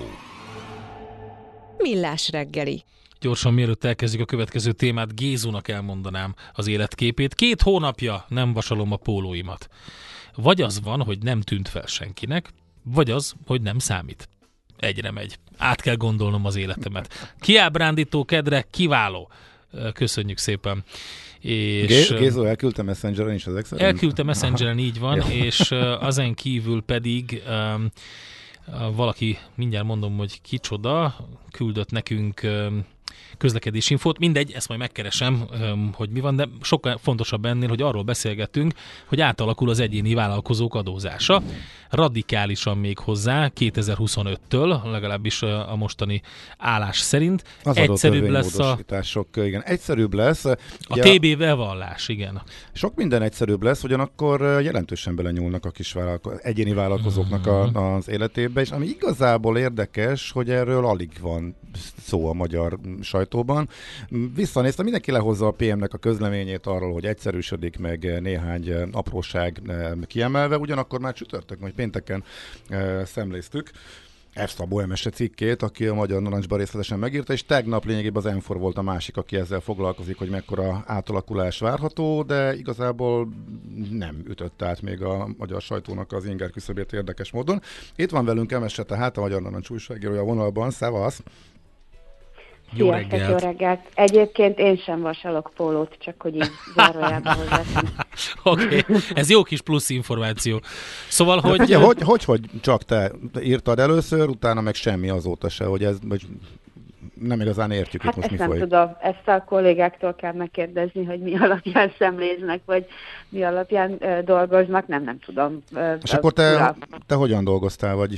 Millás reggeli. Gyorsan, mielőtt elkezdjük a következő témát, Gézunak elmondanám az életképét. Két hónapja nem vasalom a pólóimat. Vagy az van, hogy nem tűnt fel senkinek, vagy az, hogy nem számít. Egyre megy. Át kell gondolnom az életemet. Kiábrándító kedre, kiváló. Köszönjük szépen. És Gézó, elküldte Messengeren is ezek szerint? Elküldte Messengeren, így van, és azen kívül pedig um, valaki, mindjárt mondom, hogy kicsoda, küldött nekünk um, közlekedési infót. Mindegy, ezt majd megkeresem, hogy mi van, de sokkal fontosabb ennél, hogy arról beszélgettünk, hogy átalakul az egyéni vállalkozók adózása. Radikálisan még hozzá, kétezer-huszonöttől, legalábbis a mostani állás szerint. Az egyszerűbb lesz a... igen, egyszerűbb lesz. A té bé bevallás, igen. Sok minden egyszerűbb lesz, ugyanakkor jelentősen belenyúlnak a kis vállalko- egyéni vállalkozóknak a, az életébe, és ami igazából érdekes, hogy erről alig van szó a magyar sajtóban. Visszanéztem, mindenki lehozza a pé emnek a közleményét arról, hogy egyszerűsödik, meg néhány apróság kiemelve, ugyanakkor már csütörtök, vagy pénteken e, szemléztük ezt a Boemese cikkét, aki a Magyar Narancsban részletesen megírta, és tegnap lényegében az em négy volt a másik, aki ezzel foglalkozik, hogy mekkora átalakulás várható, de igazából nem ütött át még a magyar sajtónak az inger küszöbét érdekes módon. Itt van velünk Emese, tehát a Magyar Narancs újságírója a vonalban. Szevasz! Jó Sziasztok, reggelt! Jó reggelt! Egyébként én sem vasalok pólót, csak hogy így zárójában hozzáteszem. Oké, okay. Ez jó kis plusz információ. Szóval, de hogy... Figyelj, hogy, hogy... Hogy csak te írtad először, utána meg semmi azóta se, hogy ez... Hogy nem igazán értjük, hát itt most mi nem folyik. tudom, ezt a kollégáktól kell megkérdezni, hogy mi alapján szemléznek, vagy mi alapján uh, dolgoznak, nem, nem tudom. Uh, És akkor te, te hogyan dolgoztál, vagy...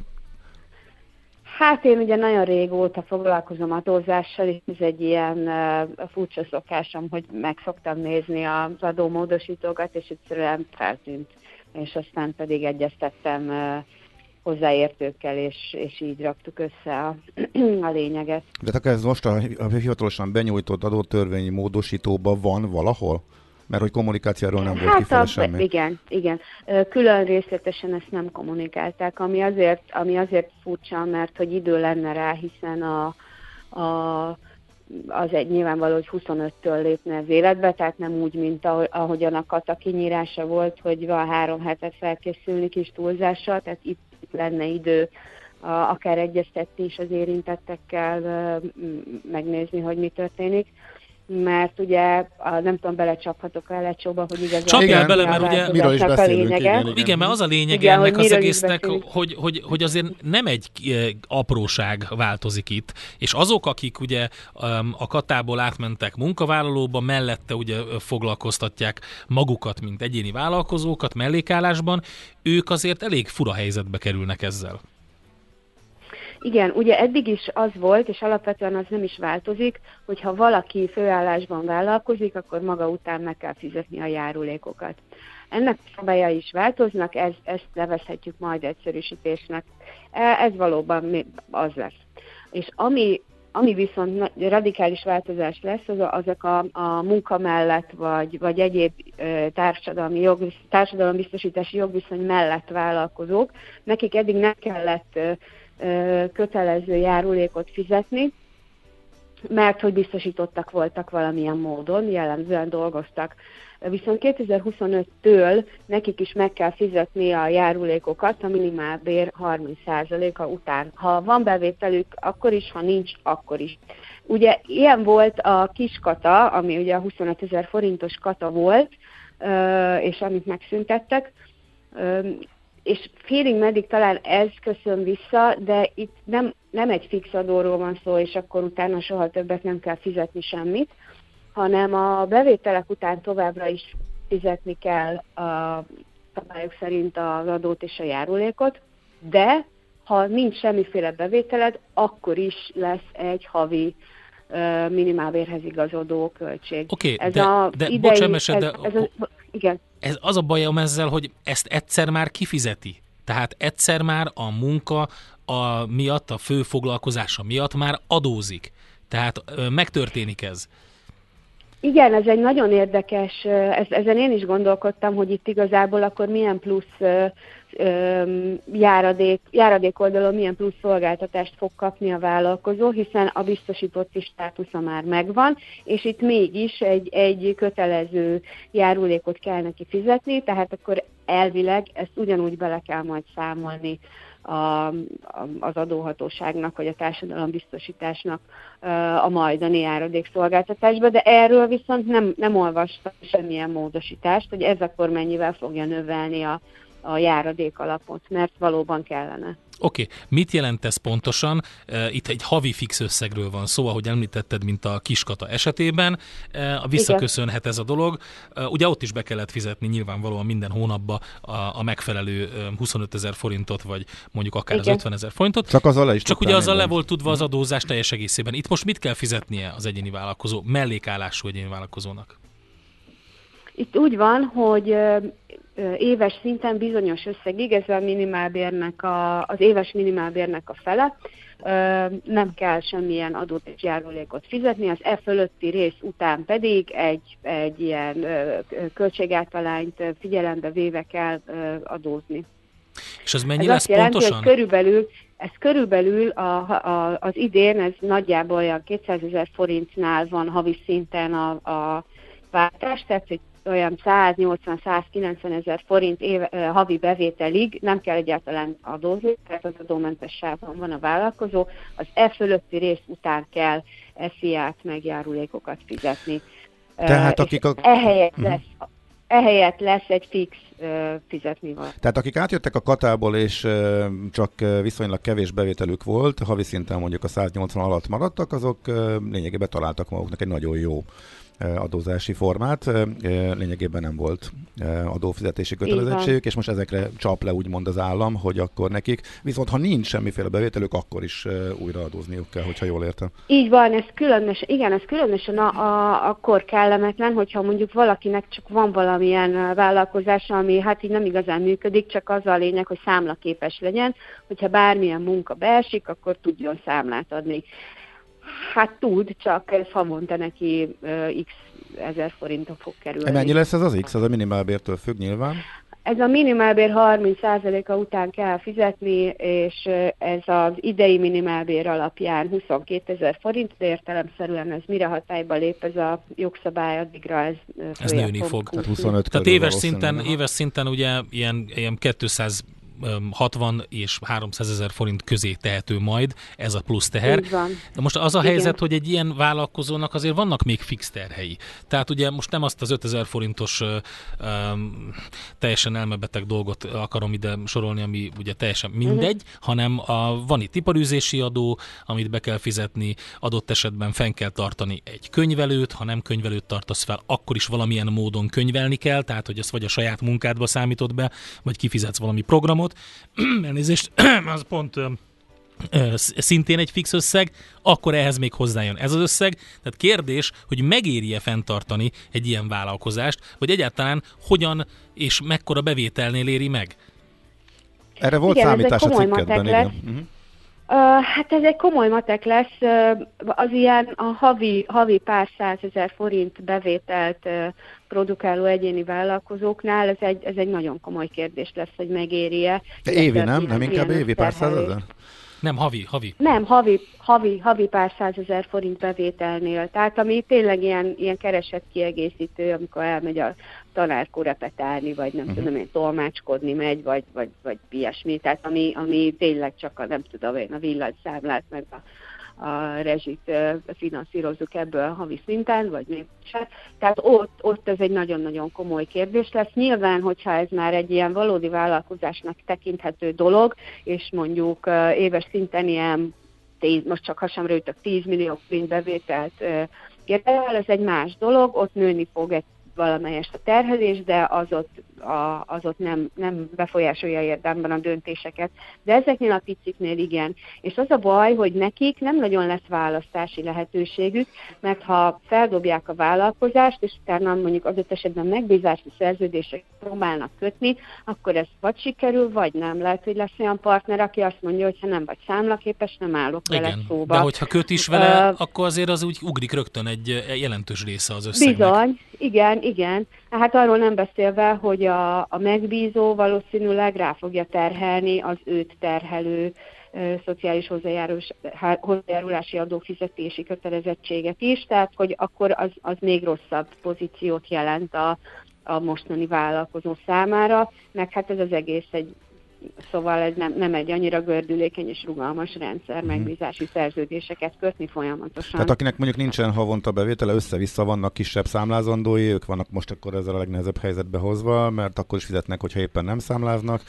Hát én ugye nagyon régóta foglalkozom adózással, és ez egy ilyen uh, furcsa szokásom, hogy meg szoktam nézni az adómódosítókat, és egyszerűen feltűnt. És aztán pedig egyeztettem uh, hozzáértőkkel, és, és így raktuk össze a, a lényeget. De akkor ez most a, a hivatalosan benyújtott adótörvényi módosítóban van valahol? Mert hogy kommunikációról nem hát volt kifele a, semmi. Igen, igen. Külön részletesen ezt nem kommunikálták, ami azért, ami azért furcsa, mert hogy idő lenne rá, hiszen a, a, az egy nyilvánvaló, hogy huszonöttől lépne az életbe, tehát nem úgy, mint ahogyan a kata kinyírása volt, hogy van három hetet felkészülni kis túlzással, tehát itt lenne idő akár egyeztetni is az érintettekkel, megnézni, hogy mi történik. Mert ugye, a, nem tudom, belecsaphatok a lecsóba, hogy igazából... Csapjál bele, mert ugye... Miről is beszélünk, igen, igen. igen, mert az a lényege igen, ennek az egésznek, hogy, hogy, hogy azért nem egy apróság változik itt, és azok, akik ugye a katából átmentek munkavállalóba, mellette ugye foglalkoztatják magukat, mint egyéni vállalkozókat mellékállásban, ők azért elég fura helyzetbe kerülnek ezzel. Igen, ugye eddig is az volt, és alapvetően az nem is változik, hogyha valaki főállásban vállalkozik, akkor maga után meg kell fizetni a járulékokat. Ennek szabályai is változnak, ez, ezt nevezhetjük majd egyszerűsítésnek. Ez valóban az lesz. És ami ami viszont radikális változás lesz, az a, azok a, a munka mellett, vagy, vagy egyéb ö, társadalmi, jog, társadalombiztosítási jogviszony mellett vállalkozók, nekik eddig nem kellett ö, ö, kötelező járulékot fizetni, mert hogy biztosítottak voltak valamilyen módon, jellemzően dolgoztak. Viszont kétezer-huszonöttől nekik is meg kell fizetni a járulékokat a minimálbér harminc százaléka után. Ha van bevételük, akkor is, ha nincs, akkor is. Ugye ilyen volt a kis kata, ami ugye a huszonötezer forintos kata volt, és amit megszüntettek, és félig meddig talán ez köszön vissza, de itt nem, nem egy fix adóról van szó, és akkor utána soha többet nem kell fizetni semmit, hanem a bevételek után továbbra is fizetni kell a szabályok szerint az adót és a járulékot, de ha nincs semmiféle bevételed, akkor is lesz egy havi uh, minimálbérhez igazodó költség. Oké, okay, ez de, a de idei, bocs, de ez, ez a, igen. Ez az a bajom ezzel, hogy ezt egyszer már kifizeti. Tehát egyszer már a munka a miatt, a fő foglalkozása miatt már adózik. Tehát ö, megtörténik ez. Igen, ez egy nagyon érdekes, ez, ezen én is gondolkodtam, hogy itt igazából akkor milyen plusz ö, ö, járadék, járadék oldalon milyen plusz szolgáltatást fog kapni a vállalkozó, hiszen a biztosítotti státusza már megvan, és itt mégis egy, egy kötelező járulékot kell neki fizetni, tehát akkor elvileg ezt ugyanúgy bele kell majd számolni A, az adóhatóságnak, vagy a társadalombiztosításnak a majdani járadékszolgáltatásba, de erről viszont nem, nem olvastam semmilyen módosítást, hogy ez akkor mennyivel fogja növelni a, a járadék alapot, mert valóban kellene. Oké, okay. Mit jelent ez pontosan? Itt egy havi fix összegről van szó, ahogy említetted, mint a kiskata esetében. Visszaköszönhet ez a dolog. Ugye ott is be kellett fizetni nyilvánvalóan minden hónapba a, a megfelelő huszonötezer forintot, vagy mondjuk akár Igen. az ötvenezer forintot. Csak azzal le is Csak ugye azzal le volt tudva az adózás teljes egészében. Itt most mit kell fizetnie az egyéni vállalkozó, mellékállású egyéni vállalkozónak? Itt úgy van, hogy éves szinten bizonyos összegig, ez a minimálbérnek a, az éves minimálbérnek a fele, nem kell semmilyen adót és járulékot fizetni, az e fölötti rész után pedig egy, egy ilyen költségáltalányt figyelembe véve kell adózni. És ez mennyi ez lesz azt jelenti, pontosan? Hogy körülbelül, ez körülbelül a, a, az idén, ez nagyjából olyan kétszázezer forintnál van havi szinten a, a váltás, tehát hogy olyan száznyolcvan-százkilencven ezer forint éve, havi bevételig nem kell egyáltalán adózni, tehát az adómentes sávon van a vállalkozó, az e fölötti rész után kell es zé á-t meg járulékokat fizetni. Tehát uh, akik a... ehelyett, uh-huh. lesz, ehelyett lesz egy fix uh, fizetni van. Tehát akik átjöttek a katából, és uh, csak viszonylag kevés bevételük volt, havi szinten mondjuk a száznyolcvan alatt maradtak, azok uh, lényegében találtak maguknak egy nagyon jó adózási formát, lényegében nem volt adófizetési kötelezettségük, és most ezekre csap le úgymond az állam, hogy akkor nekik, viszont ha nincs semmiféle bevételük, akkor is újra adózniuk kell, hogyha jól értem. Így van, ez különösen, igen, ez különösen a, a, akkor kellemetlen, hogyha mondjuk valakinek csak van valamilyen vállalkozása, ami hát így nem igazán működik, csak az a lényeg, hogy számlaképes legyen, hogyha bármilyen munka beesik, akkor tudjon számlát adni. Hát tud, csak ez havonta neki uh, x ezer forintot fog kerülni. Mennyi lesz ez az x? Az a minimálbértől függ nyilván? Ez a minimálbér harminc százaléka után kell fizetni, és ez az idei minimálbér alapján huszonkétezer forint, de értelemszerűen ez mire hatályba lép ez a jogszabály, addigra ez Ez nőni fog. Tehát huszonöt Tehát éves szinten, éves szinten ugye ilyen, ilyen kétszázhatvan és háromszázezer forint közé tehető majd ez a plusz teher. De most az a helyzet, Igen. hogy egy ilyen vállalkozónak azért vannak még fix terhei. Tehát ugye most nem azt az ötezer forintos um, teljesen elmebeteg dolgot akarom ide sorolni, ami ugye teljesen mindegy, uh-huh. hanem a, van itt iparűzési adó, amit be kell fizetni, adott esetben fenn kell tartani egy könyvelőt, ha nem könyvelőt tartasz fel, akkor is valamilyen módon könyvelni kell, tehát hogy ezt vagy a saját munkádba számítod be, vagy kifizetsz valami programot. Elnézést, az pont ö, ö, szintén egy fix összeg, akkor ehhez még hozzájön ez az összeg. Tehát kérdés, hogy megéri-e fenntartani egy ilyen vállalkozást, vagy egyáltalán hogyan és mekkora bevételnél éri meg? Erre volt igen, számítás a cikketben. Igen. Uh-huh. Uh, hát ez egy komoly matek lesz, uh, az ilyen a havi, havi pár százezer forint bevételt uh, produkáló egyéni vállalkozóknál, ez egy, ez egy nagyon komoly kérdés lesz, hogy megéri-e. De évi, nem? Nem inkább évi pár százezer? Nem, havi, havi. Nem, havi, havi, havi pár százezer forint bevételnél. Tehát ami tényleg ilyen, ilyen keresett kiegészítő, amikor elmegy a tanárkó repetálni, vagy nem uh-huh. tudom én, tolmácskodni megy, vagy, vagy, vagy ilyesmi. Tehát ami, ami tényleg csak a, nem tudom én, a villanyszámlát, meg a, a rezsit uh, finanszírozzuk ebből havi szinten, vagy még se. Tehát ott, ott ez egy nagyon-nagyon komoly kérdés lesz. Nyilván, hogyha ez már egy ilyen valódi vállalkozásnak tekinthető dolog, és mondjuk uh, éves szinten ilyen, tíz, most csak hasamra ütök, tíz millió forint bevételt uh, generál, ez egy más dolog, ott nőni fog egy valamelyest a terhelés, de az ott, a, az ott nem, nem befolyásolja érdemben a döntéseket. De ezeknél a piciknél igen. És az a baj, hogy nekik nem nagyon lesz választási lehetőségük, mert ha feldobják a vállalkozást, és utána mondjuk adott esetben megbízási szerződéseket próbálnak kötni, akkor ez vagy sikerül, vagy nem. Lehet, hogy lesz olyan partner, aki azt mondja, hogy ha nem vagy számlaképes, nem állok vele igen, szóba. De hogyha köt is vele, uh, akkor azért az úgy ugrik rögtön egy jelentős része az összegnek. Bizony, igen, igen. Hát arról nem beszélve, hogy a, a megbízó valószínűleg rá fogja terhelni az őt terhelő ö, szociális hozzájárulás, hozzájárulási adófizetési kötelezettséget is, tehát hogy akkor az, az még rosszabb pozíciót jelent a, a mostani vállalkozó számára, meg hát ez az egész egy Szóval ez nem, nem egy annyira gördülékeny és rugalmas rendszer, megbízási szerződéseket kötni folyamatosan. Tehát akinek mondjuk nincsen havonta bevétele, össze-vissza vannak kisebb számlázandói, ők vannak most akkor ezzel a legnehezebb helyzetbe hozva, mert akkor is fizetnek, hogyha éppen nem számláznak,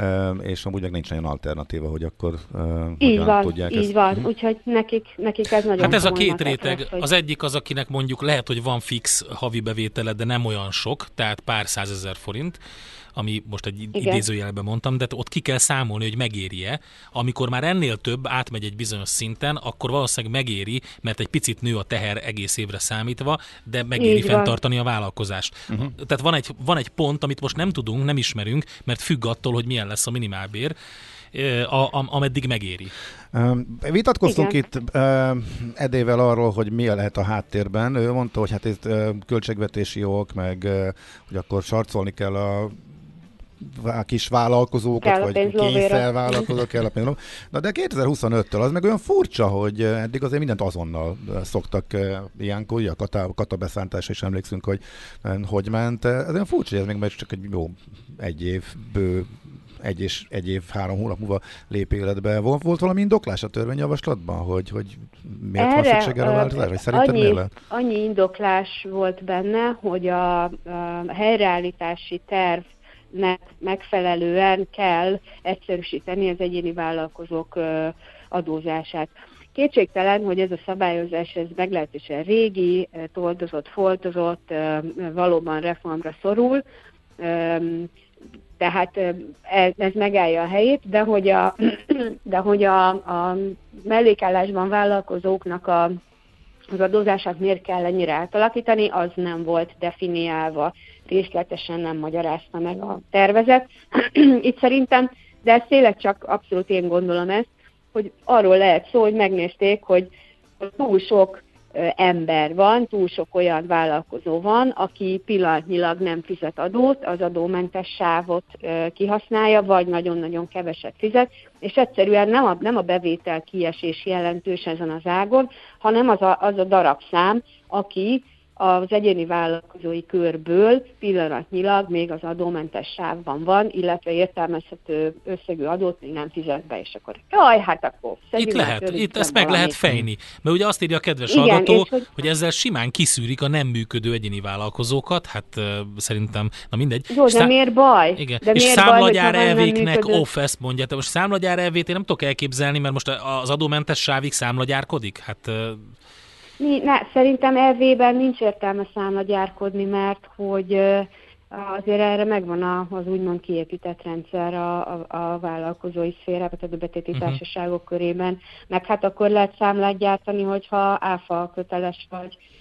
és amúgy meg nincs olyan alternatíva, hogy akkor így van, tudják így ezt. van, uh-huh. Úgyhogy nekik, nekik ez nagyon Hát ez a két matek réteg, lesz, hogy... az egyik az, akinek mondjuk lehet, hogy van fix havi bevétele, de nem olyan sok, tehát pár százezer forint, ami most egy igen. idézőjelben mondtam, de ott ki kell számolni, hogy megéri-e. Amikor már ennél több átmegy egy bizonyos szinten, akkor valószínűleg megéri, mert egy picit nő a teher egész évre számítva, de megéri így fenntartani van. a vállalkozást. Uh-huh. Tehát van egy, van egy pont, amit most nem tudunk, nem ismerünk, mert függ attól, hogy milyen lesz a minimálbér, a, a, ameddig megéri. Vitatkoztunk igen. itt uh, Edével arról, hogy mi lehet a háttérben. Ő mondta, hogy hát ez uh, költségvetési ok, meg uh, hogy akkor sarcolni kell a a kis vállalkozókat, kell vagy kényszervállalkozók kell a pénzló. Na de kétezer-huszonöttől az meg olyan furcsa, hogy eddig azért mindent azonnal szoktak ilyenkor, a kata, kata beszántásra is emlékszünk, hogy hogy ment. Ez olyan furcsa, hogy ez még majd csak egy jó egy év bő egy, és, egy év, három hónap múlva lép életbe. Volt, volt valami indoklás a törvényjavaslatban, hogy, hogy miért erre, van szükség erre a változásra? Vagy szerinted annyi, miért lehet? Annyi indoklás volt benne, hogy a, a helyreállítási terv megfelelően kell egyszerűsíteni az egyéni vállalkozók adózását. Kétségtelen, hogy ez a szabályozás ez meglehetősen régi, toldozott, foltozott, valóban reformra szorul, tehát ez megállja a helyét, de hogy a, de hogy a, a mellékállásban vállalkozóknak a, az adózását miért kell ennyire átalakítani, az nem volt definiálva, részletesen nem magyarázta meg a tervezet. Itt szerintem, de ez tényleg csak abszolút én gondolom ezt, hogy arról lehet szó, hogy megnézték, hogy túl sok ember van, túl sok olyan vállalkozó van, aki pillanatnyilag nem fizet adót, az adómentes sávot kihasználja, vagy nagyon-nagyon keveset fizet, és egyszerűen nem a, nem a bevétel kiesés jelentős ezen az ágon, hanem az a, az a darabszám, aki az egyéni vállalkozói körből pillanatnyilag még az adómentes sávban van, illetve értelmezhető összegű adót még nem fizet be, és akkor jaj, hát akkor itt lehet, itt ezt meg lehet fejni. Mert ugye azt írja a kedves igen, hallgató, hogy... hogy ezzel simán kiszűrik a nem működő egyéni vállalkozókat, hát uh, szerintem, na mindegy. Jó, de Szá... miért baj? Igen. De és miért számlagyár baj, elvéknek off, ezt mondja. Te most számlagyár elvét én nem tudok elképzelni, mert most az adómentes sávig számlagyárkodik? Hát... Uh... Mi, ne, szerintem elvében nincs értelme számlagyárkodni, mert hogy azért erre megvan a, az úgymond kiépített rendszer a, a, a vállalkozói szférában, tehát a betéti uh-huh. társaságok körében, meg hát akkor lehet számlát gyártani, hogyha áfa köteles vagy,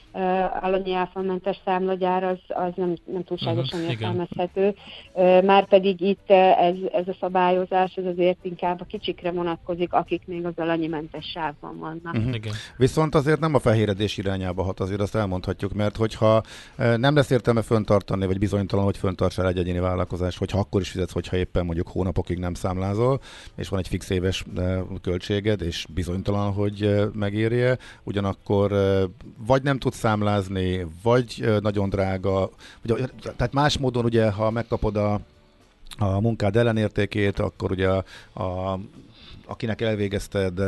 alanyi áfamentes számlagyár az, az nem, nem túlságosan uh-huh, értelmezhető. Márpedig itt ez, ez a szabályozás az azért inkább a kicsikre vonatkozik, akik még az alanyimentes sávban vannak. Uh-huh. Igen. Viszont azért nem a fehéredés irányába hat, azért azt elmondhatjuk, mert hogyha nem lesz értelme föntartani, vagy bizonytalan, hogy föntartsál egy egyéni vállalkozás, hogyha akkor is fizetsz, hogyha éppen mondjuk hónapokig nem számlázol, és van egy fix éves költséged, és bizonytalan, hogy megérje, ugyanakkor vagy nem tudsz számlázni, vagy nagyon drága, ugye, tehát más módon ugye, ha megkapod a, a munkád ellenértékét, akkor ugye a, a akinek elvégezted,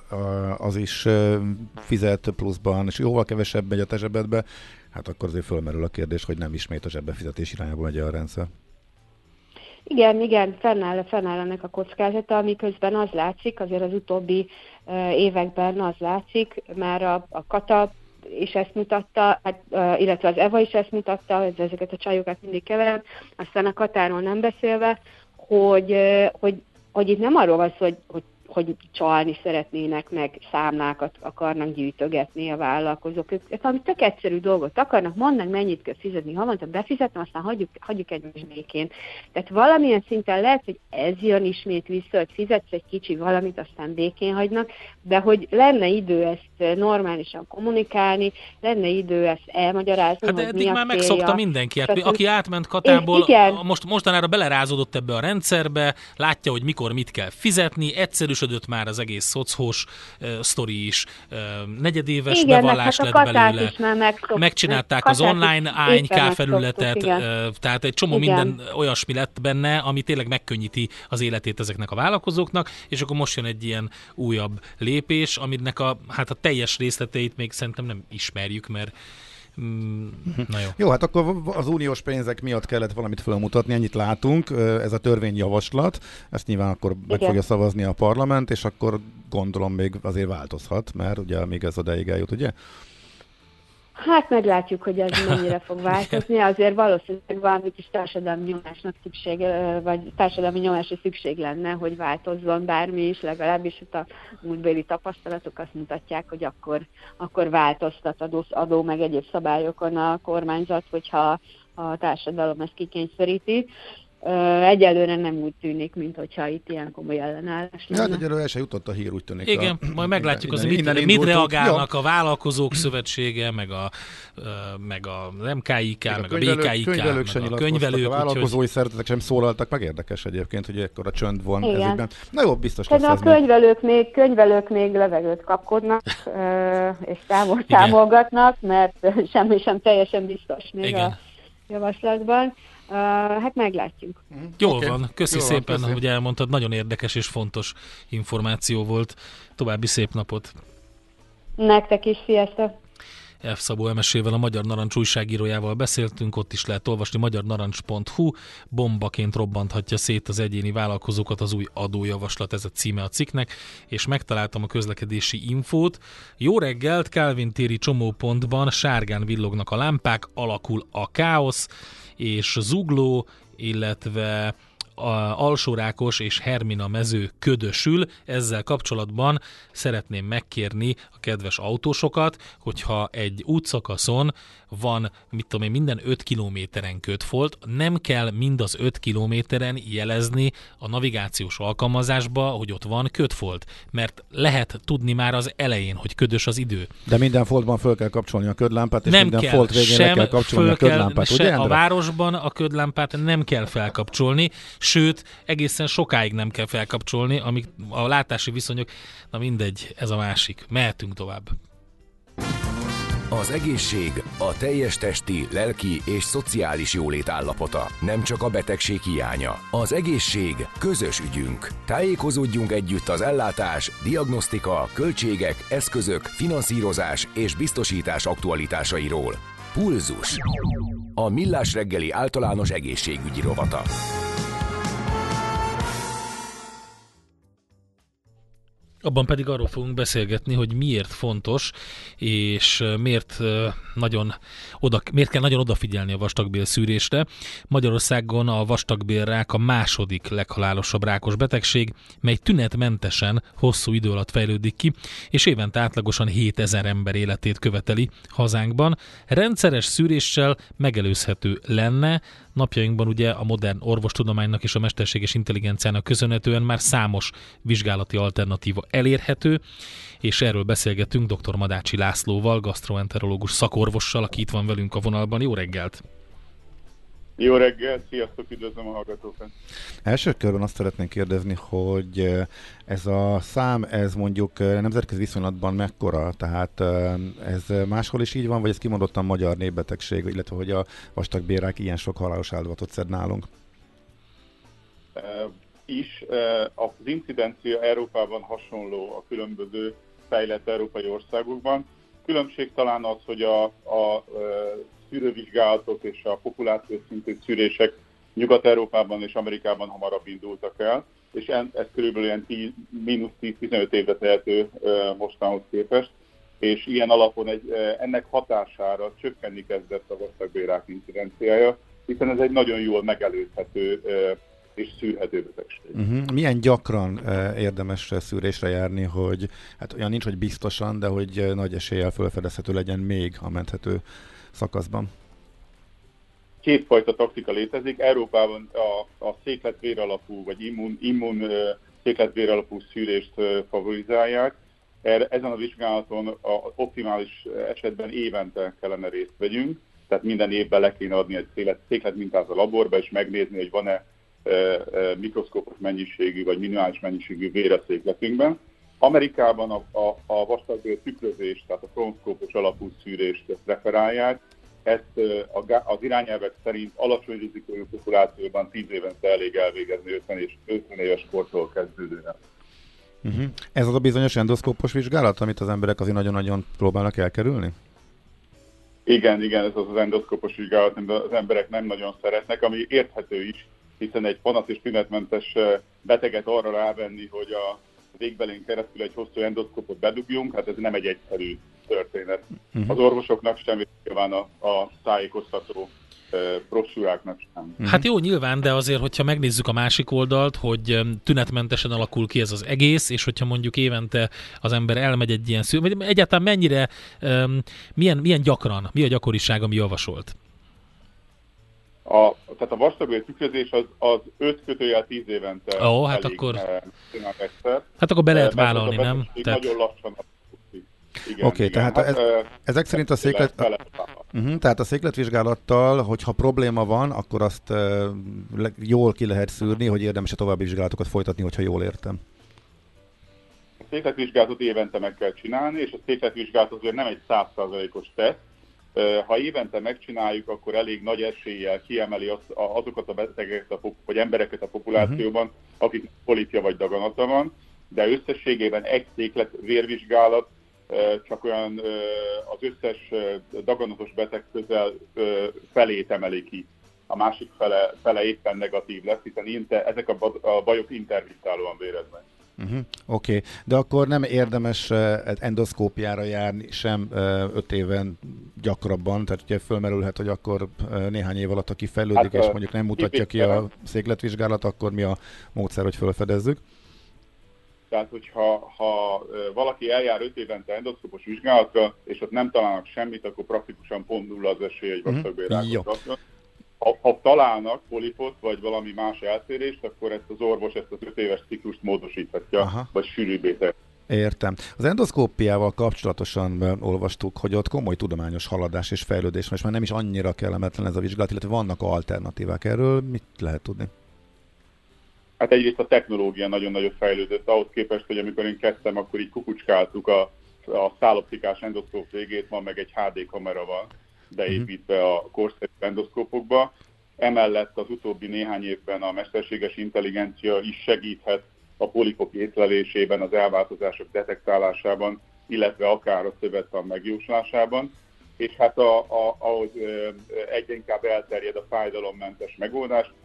az is fizet pluszban, és jóval kevesebb megy a te zsebedbe, hát akkor azért fölmerül a kérdés, hogy nem ismét a zsebbefizetés irányába megy a rendszer. Igen, igen, fennáll, fennáll ennek a kockázata, miközben az látszik, azért az utóbbi uh, években az látszik, már a, a Kata is ezt mutatta, hát, uh, illetve az Eva is ezt mutatta, ezeket a csajokat mindig keverem, aztán a Katáról nem beszélve, hogy, uh, hogy, hogy itt nem arról van szó, hogy, hogy hogy csalni szeretnének, meg számlákat akarnak gyűjtögetni a vállalkozók. Ők valami tök egyszerű dolgot akarnak, mondd mennyit kell fizetni havonta, befizetem, aztán hagyjuk, hagyjuk egymás békén. Tehát valamilyen szinten lehet, hogy ez jön ismét vissza, hogy fizetsz egy kicsi valamit, aztán békén hagynak, de hogy lenne idő ezt normálisan kommunikálni, lenne idő ezt elmagyarázni, hát de hogy eddig mi már a megszokta célja. mindenki. Hát, aki átment Katából, most, mostanára belerázódott ebbe a rendszerbe, látja, hogy mikor mit kell fizetni, egyszerűsödött már az egész szocihós uh, sztori is, uh, negyedéves igen, bevallás hát lett belőle. Megszoktuk, megcsinálták az online á en ká felületet, igen. uh, tehát egy csomó igen. minden olyasmi lett benne, ami tényleg megkönnyíti az életét ezeknek a vállalkozóknak, és akkor most jön egy ilyen újabb lépés, aminek a, hát a teljes részleteit még szerintem nem ismerjük, mert Mm, na jó. Jó, hát akkor az uniós pénzek miatt kellett valamit felmutatni, ennyit látunk, ez a törvényjavaslat, ezt nyilván akkor igen. meg fogja szavazni a parlament, és akkor gondolom még azért változhat, mert ugye még ez odáig eljut, ugye? Hát meglátjuk, hogy ez mennyire fog változni, azért valószínűleg valamit is társadalmi nyomásnak szükség, vagy társadalmi nyomásra szükség lenne, hogy változzon bármi is, legalábbis a múltbéli tapasztalatok azt mutatják, hogy akkor, akkor változtat adó, adó meg egyéb szabályokon a kormányzat, hogyha a társadalom ezt kikényszeríti. Egyelőre nem úgy tűnik, mint hogyha itt ilyen komoly ellenállás lenne. Hát egyelőre el se jutott a hír, úgy tűnik. Igen, a, majd meglátjuk, innen, az innen mit, mit reagálnak jó. a Vállalkozók Szövetsége, meg a, meg a em ká i ká, meg a bé ká i ká, könyvelők meg a könyvelők. A vállalkozói úgyhogy... szervezetek sem szólaltak, meg érdekes egyébként, hogy ekkor a csönd van igen. ezügyben. Na jó, biztos lesz ez a könyvelők még, könyvelők még levegőt kapkodnak, és számol, támogatnak, mert semmi sem teljesen biztos még igen. a javaslatban. Uh, hát meglátjuk. Jól okay. van, köszi Jól szépen, van, hogy elmondtad, nagyon érdekes és fontos információ volt. További szép napot! Nektek is, sziasztok! F. Szabó Emesével, a Magyar Narancs újságírójával beszéltünk, ott is lehet olvasni, magyarnarancs pont hu, bombaként robbanthatja szét az egyéni vállalkozókat az új adójavaslat, ez a címe a cikknek, és megtaláltam a közlekedési infót. Jó reggelt, Kálvin téri csomópontban sárgán villognak a lámpák, alakul a káosz, és Zugló, illetve a Alsórákos és Hermina mező ködösül. Ezzel kapcsolatban szeretném megkérni a kedves autósokat, hogyha egy útszakaszon van, mit tudom én, minden öt kilométeren kötfolt, nem kell mind az öt kilométeren jelezni a navigációs alkalmazásba, hogy ott van kötfolt, mert lehet tudni már az elején, hogy ködös az idő. De minden foltban föl kell kapcsolni a ködlámpát, és nem minden kell, folt végén le kell kapcsolni a ködlámpát, kell, ugye, A városban a ködlámpát nem kell felkapcsolni, sőt, egészen sokáig nem kell felkapcsolni, amíg a látási viszonyok, na mindegy, ez a másik. Mehetünk tovább. Az egészség a teljes testi, lelki és szociális jólét állapota, nem csak a betegség hiánya. Az egészség közös ügyünk. Tájékozódjunk együtt az ellátás, diagnosztika, költségek, eszközök, finanszírozás és biztosítás aktualitásairól. Pulzus. A Millás reggeli általános egészségügyi rovata. Abban pedig arról fogunk beszélgetni, hogy miért fontos, és miért, nagyon oda, miért kell nagyon odafigyelni a vastagbél szűrésre. Magyarországon a vastagbélrák a második leghalálosabb rákos betegség, mely tünetmentesen hosszú idő alatt fejlődik ki, és évente átlagosan hétezer ember életét követeli hazánkban. Rendszeres szűréssel megelőzhető lenne. Napjainkban ugye a modern orvostudománynak és a mesterséges intelligenciának köszönhetően már számos vizsgálati alternatíva elérhető, és erről beszélgetünk dr. Madácsi Lászlóval, gasztroenterológus szakorvossal, aki itt van velünk a vonalban. Jó reggelt! Jó reggelt, sziasztok, üdvözlöm a hallgatókat! Első körben azt szeretnénk kérdezni, hogy ez a szám, ez mondjuk nemzetközi viszonylatban mekkora? Tehát ez máshol is így van, vagy ez kimondottan magyar népbetegség, illetve hogy a vastagbélrák ilyen sok halálos áldozatot szed nálunk? Is. Az incidencia Európában hasonló a különböző fejlett európai országokban. Különbség talán az, hogy a, a szűrővizsgálatok és a populációs szintű szűrések Nyugat-Európában és Amerikában hamarabb indultak el, és ez körülbelül ilyen mínusz tíz-tizenöt évre tehető mostanhoz képest, és ilyen alapon egy, ennek hatására csökkenni kezdett a vastagbélrák incidenciája, hiszen ez egy nagyon jól megelőzhető és szűrhető betegség. Uh-huh. Milyen gyakran uh, érdemes szűrésre járni, hogy hát olyan nincs, hogy biztosan, de hogy uh, nagy eséllyel felfedezhető legyen még a menthető szakaszban? Kétfajta taktika létezik. Európában a, a székletvér alapú, vagy immun, immun uh, székletvér alapú szűrést uh, favorizálják. Er, ezen a vizsgálaton a optimális esetben évente kellene részt vegyünk, tehát minden évben le kéne adni egy széklet, székletmintát a laborba, és megnézni, hogy van-e mikroszkópos mennyiségű vagy minimális mennyiségű vér a székletünkben. Amerikában a, a, a vastagbél tükrözés, tehát a kolonoszkópos alapú szűrést preferálják. Ezt a, az irányelvek szerint alacsony rizikójú populációban tíz évente elég elvégezni ötven éves kortól kezdődően. Uh-huh. Ez az a bizonyos endoszkópos vizsgálat, amit az emberek azért nagyon-nagyon próbálnak elkerülni? Igen, igen, ez az az endoszkópos vizsgálat, amit az emberek nem nagyon szeretnek, ami érthető is, hiszen egy panasz és tünetmentes beteget arra rávenni, hogy a végbelén keresztül egy hosszú endoszkópot bedugjunk, hát ez nem egy egyszerű történet. Uh-huh. Az orvosoknak sem, nyilván a, a tájékoztató uh, brossúráknak sem. Uh-huh. Hát jó, nyilván, de azért, hogyha megnézzük a másik oldalt, hogy tünetmentesen alakul ki ez az egész, és hogyha mondjuk évente az ember elmegy egy ilyen szűr, vagy egyáltalán mennyire, um, milyen, milyen gyakran, mi a gyakoriság, ami javasolt? A, tehát a vastagbél tükrözés az, az öt kötőjel tíz évente. Ó, hát elég, akkor... egyszer. Hát akkor be lehet vállalni, nem? Tehát... Nagyon lassan. Oké, okay, tehát hát, ez, ezek szerint a széklet... Uh-huh, tehát a székletvizsgálattal, hogyha probléma van, akkor azt uh, jól ki lehet szűrni, hogy érdemes a további vizsgálatokat folytatni, hogyha jól értem. A székletvizsgálatot évente meg kell csinálni, és a székletvizsgálat nem egy száz százalékos teszt. Ha évente megcsináljuk, akkor elég nagy eséllyel kiemeli az, azokat a betegeket, vagy embereket a populációban, uh-huh. akik polipja vagy daganata van, de összességében egy széklet vérvizsgálat csak olyan az összes daganatos beteg közel felét emeli ki. A másik fele, fele éppen negatív lesz, hiszen inter, ezek a bajok intervittálóan véreznek. Uh-huh. Oké, okay. De akkor nem érdemes uh, endoszkópiára járni sem uh, öt éven gyakrabban, tehát ugye fölmerülhet, hogy akkor uh, néhány év alatt, aki fejlődik, hát, és mondjuk nem mutatja ki a székletvizsgálat, akkor mi a módszer, hogy fölfedezzük? Tehát, hogyha ha valaki eljár öt évente endoszkópos vizsgálatra, és ott nem találnak semmit, akkor praktikusan pont nulla az esély egy vastagbélrákot kapjon. Ha, ha találnak polipot, vagy valami más eltérést, akkor ezt az orvos ezt az öt éves ciklust módosíthatja, aha. vagy sűrűbbé teszi. Értem. Az endoszkópiával kapcsolatosan olvastuk, hogy ott komoly tudományos haladás és fejlődés van, és már nem is annyira kellemetlen ez a vizsgálat, illetve vannak alternatívák. Erről mit lehet tudni? Hát egyrészt a technológia nagyon-nagyon fejlődött, ahhoz képest, hogy amikor én kezdtem, akkor így kukucskáltuk a, a száloptikás endoszkóp végét, ma meg egy há dé kamera van beépítve a korszerű endoszkópokba. Emellett az utóbbi néhány évben a mesterséges intelligencia is segíthet a polipok észlelésében, az elváltozások detektálásában, illetve akár a szövettan megjóslásában. És hát a, a, ahogy egyre inkább elterjed a fájdalommentes megoldás,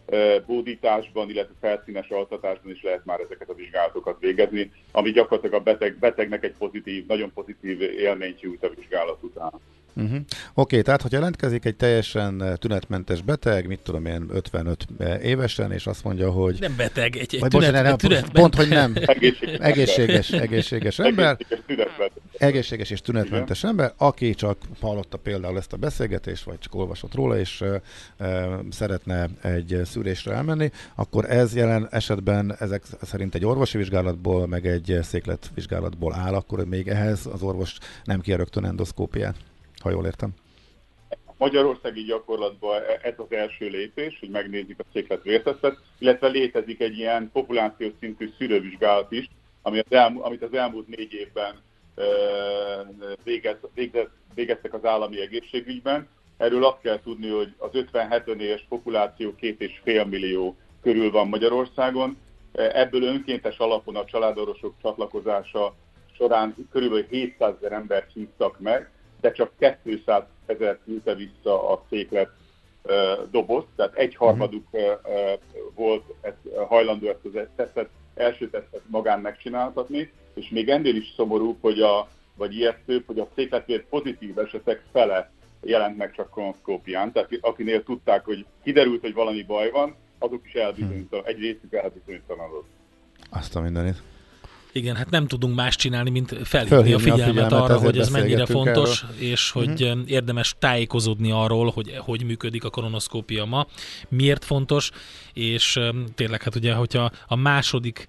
bódításban, illetve felszínes altatásban is lehet már ezeket a vizsgálatokat végezni, ami gyakorlatilag a beteg, betegnek egy pozitív, nagyon pozitív élményt nyújt a vizsgálat után. Uh-huh. Oké, okay, tehát ha jelentkezik egy teljesen tünetmentes beteg, mit tudom én, ötvenöt évesen, és azt mondja, hogy... Nem beteg, egy, egy vagy tünet, bocsánat, egy tünet, pont, hogy nem. Egészséges, egészséges, egészséges ember. Egészséges, egészséges és tünetmentes Igen. ember, aki csak hallotta például ezt a beszélgetést, vagy csak olvasott róla, és uh, uh, szeretne egy szűrésre elmenni, akkor ez jelen esetben ezek szerint egy orvosi vizsgálatból, meg egy székletvizsgálatból áll, akkor még ehhez az orvos nem kér rögtön endoszkópiát, ha jól értem. Magyarországi gyakorlatban ez az első lépés, hogy megnézzük a székletvértesztet, illetve létezik egy ilyen populációs szintű szűrővizsgálat is, ami az elmú, amit az elmúlt négy évben uh, végez, végez, végeztek az állami egészségügyben. Erről azt kell tudni, hogy az ötven-hetven éves populáció két és fél millió körül van Magyarországon. Ebből önkéntes alapon a családorvosok csatlakozása során körülbelül hétszázezer embert hívtak meg, de csak kétszázezer küldte vissza a széklet uh, dobozt, tehát egy harmaduk uh, uh, volt ez, uh, hajlandó ezt az tesztet, első tesztet magán megcsináltatni, és még ennél is szomorúbb, hogy a, vagy ijesztőbb, hogy a székletvér pozitív esetek fele jelent meg csak kolonoszkópián, tehát akinél tudták, hogy kiderült, hogy valami baj van, azok is elbizonyítanak, egy részük elbizonyítanak. Azt a mindenit. Igen, hát nem tudunk más csinálni, mint felhívni, felhívni a figyelmet, a figyelmet arra, hogy ez mennyire fontos, erről. És hogy uh-huh. érdemes tájékozódni arról, hogy hogy működik a kolonoszkópia ma, miért fontos, és tényleg hát ugye, hogyha a második,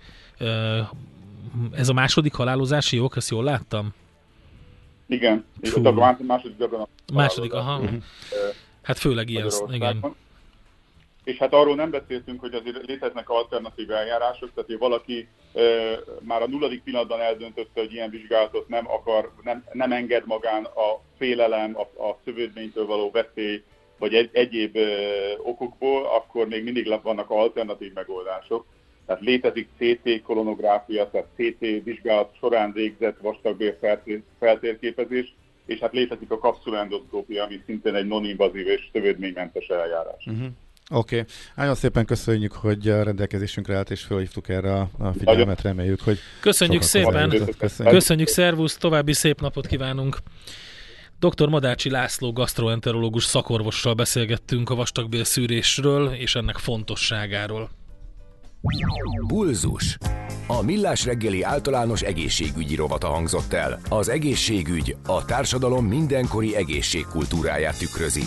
ez a második halálozási ok, ezt jól láttam? Igen, és a második daganat. Második, aha. Uh-huh. Hát főleg ilyen, igen. És hát arról nem beszéltünk, hogy azért léteznek alternatív eljárások, tehát hogy valaki e, már a nulladik pillanatban eldöntötte, hogy ilyen vizsgálatot nem akar, nem, nem enged magán a félelem, a, a szövődménytől való veszély, vagy egy, egyéb e, okokból, akkor még mindig vannak alternatív megoldások. Tehát létezik cé té kolonográfia, tehát cé té vizsgálat során végzett vastagbél feltérképezés, és hát létezik a kapszulaendoszkópia, ami szintén egy non-invazív és szövődménymentes eljárás. Uh-huh. Oké. Okay. Nagyon szépen köszönjük, hogy a rendelkezésünkre állt, és felhívtuk erre a, a figyelmet. Reméljük, hogy... Köszönjük szépen! Köszönjük. Köszönjük, szervusz! További szép napot kívánunk! doktor Madácsi László gasztroenterológus szakorvossal beszélgettünk a vastagbél szűrésről és ennek fontosságáról. Pulzus. A Millás reggeli általános egészségügyi rovata hangzott el. Az egészségügy a társadalom mindenkori egészségkultúráját tükrözi.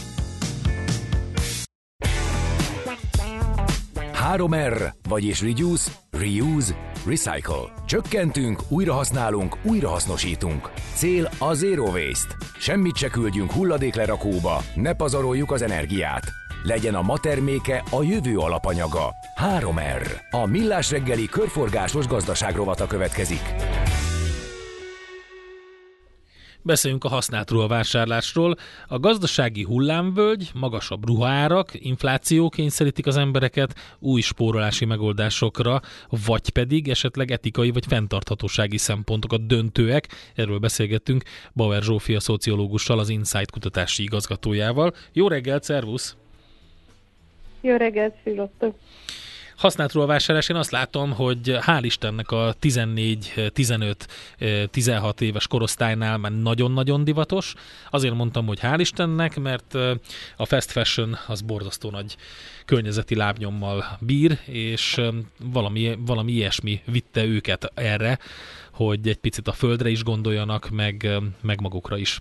három er, vagyis Reduce, Reuse, Recycle. Csökkentünk, újrahasználunk, újrahasznosítunk. Cél a Zero Waste. Semmit se küldjünk hulladéklerakóba, ne pazaroljuk az energiát. Legyen a ma terméke a jövő alapanyaga. három er. A Millás reggeli körforgásos gazdaság rovata következik. Beszéljünk a használt ruhavásárlásról. A gazdasági hullámvölgy, magasabb ruhaárak, infláció kényszerítik az embereket új spórolási megoldásokra, vagy pedig esetleg etikai vagy fenntarthatósági szempontokat döntőek. Erről beszélgettünk Bauer Zsófia szociológussal, az Insight kutatási igazgatójával. Jó reggelt, szervusz! Jó reggelt, sziasztok! Használt ruhavásárlás, én azt látom, hogy hál' Istennek a tizennégy, tizenöt, tizenhat éves korosztálynál már nagyon-nagyon divatos. Azért mondtam, hogy hál' Istennek, mert a fast fashion az borzasztó nagy környezeti lábnyommal bír, és valami, valami ilyesmi vitte őket erre, hogy egy picit a földre is gondoljanak, meg, meg magukra is.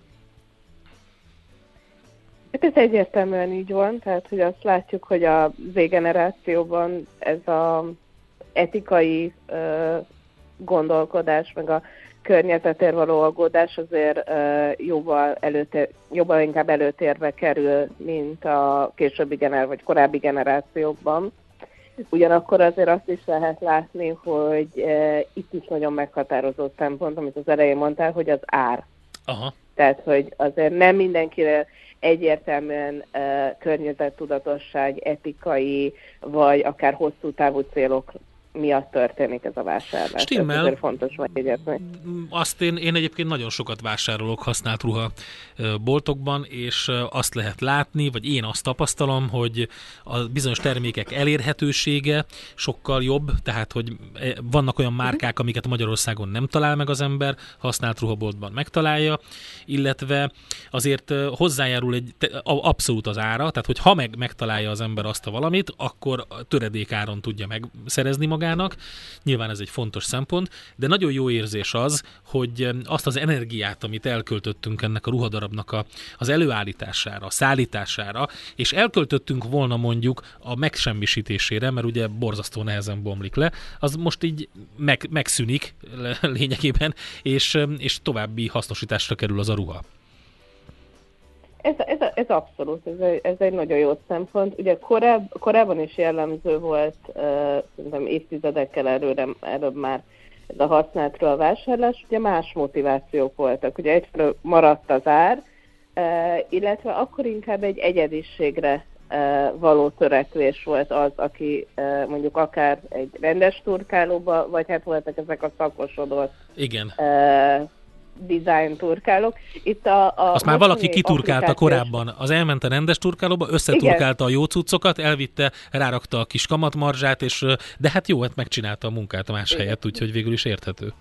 Ez egyértelműen így van, tehát hogy azt látjuk, hogy a Z-generációban ez az etikai ö, gondolkodás, meg a környezetért való aggódás azért ö, jóval, előtér, jóval inkább előtérbe kerül, mint a későbbi generáció, vagy korábbi generációkban. Ugyanakkor azért azt is lehet látni, hogy ö, itt is nagyon meghatározó szempont, amit az elején mondtál, hogy az ár. Aha. Tehát, hogy azért nem mindenkire egyértelműen uh, környezettudatosság, etikai, vagy akár hosszú távú célok miatt történik ez a vásárlás. Stimmel. Ez fontos megjegyezni. Azt én, én egyébként nagyon sokat vásárolok használt ruha boltokban, és azt lehet látni, vagy én azt tapasztalom, hogy a bizonyos termékek elérhetősége sokkal jobb, tehát hogy vannak olyan márkák, amiket Magyarországon nem talál meg az ember, használt ruhaboltban megtalálja, illetve azért hozzájárul egy abszolút az ára, tehát hogy ha meg megtalálja az ember azt a valamit, akkor töredékáron tudja megszerezni magának. Nyilván ez egy fontos szempont, de nagyon jó érzés az, hogy azt az energiát, amit elköltöttünk ennek a ruhadarabnak a, az előállítására, a szállítására, és elköltöttünk volna mondjuk a megsemmisítésére, mert ugye borzasztó nehezen bomlik le, az most így meg, megszűnik lényegében, és, és további hasznosításra kerül az a ruha. Ez, ez, ez abszolút, ez egy, ez egy nagyon jó szempont. Ugye koráb, korábban is jellemző volt, uh, szerintem évtizedekkel előre, előbb már ez a használtról a vásárlás, ugye más motivációk voltak. Ugye egyfelől maradt az ár, uh, illetve akkor inkább egy egyediségre uh, való törekvés volt az, aki uh, mondjuk akár egy rendes turkálóba, vagy hát voltak ezek a szakosodott Igen. Uh, design turkálok. Itt a, a Azt már valaki kiturkálta applikációs... korábban. Az elment a rendes turkálóba, összeturkálta a jó cuccokat, elvitte, rárakta a kis kamatmarzsát, és, de hát jó, hát megcsinálta a munkát a más Igen. helyett, úgyhogy végül is érthető.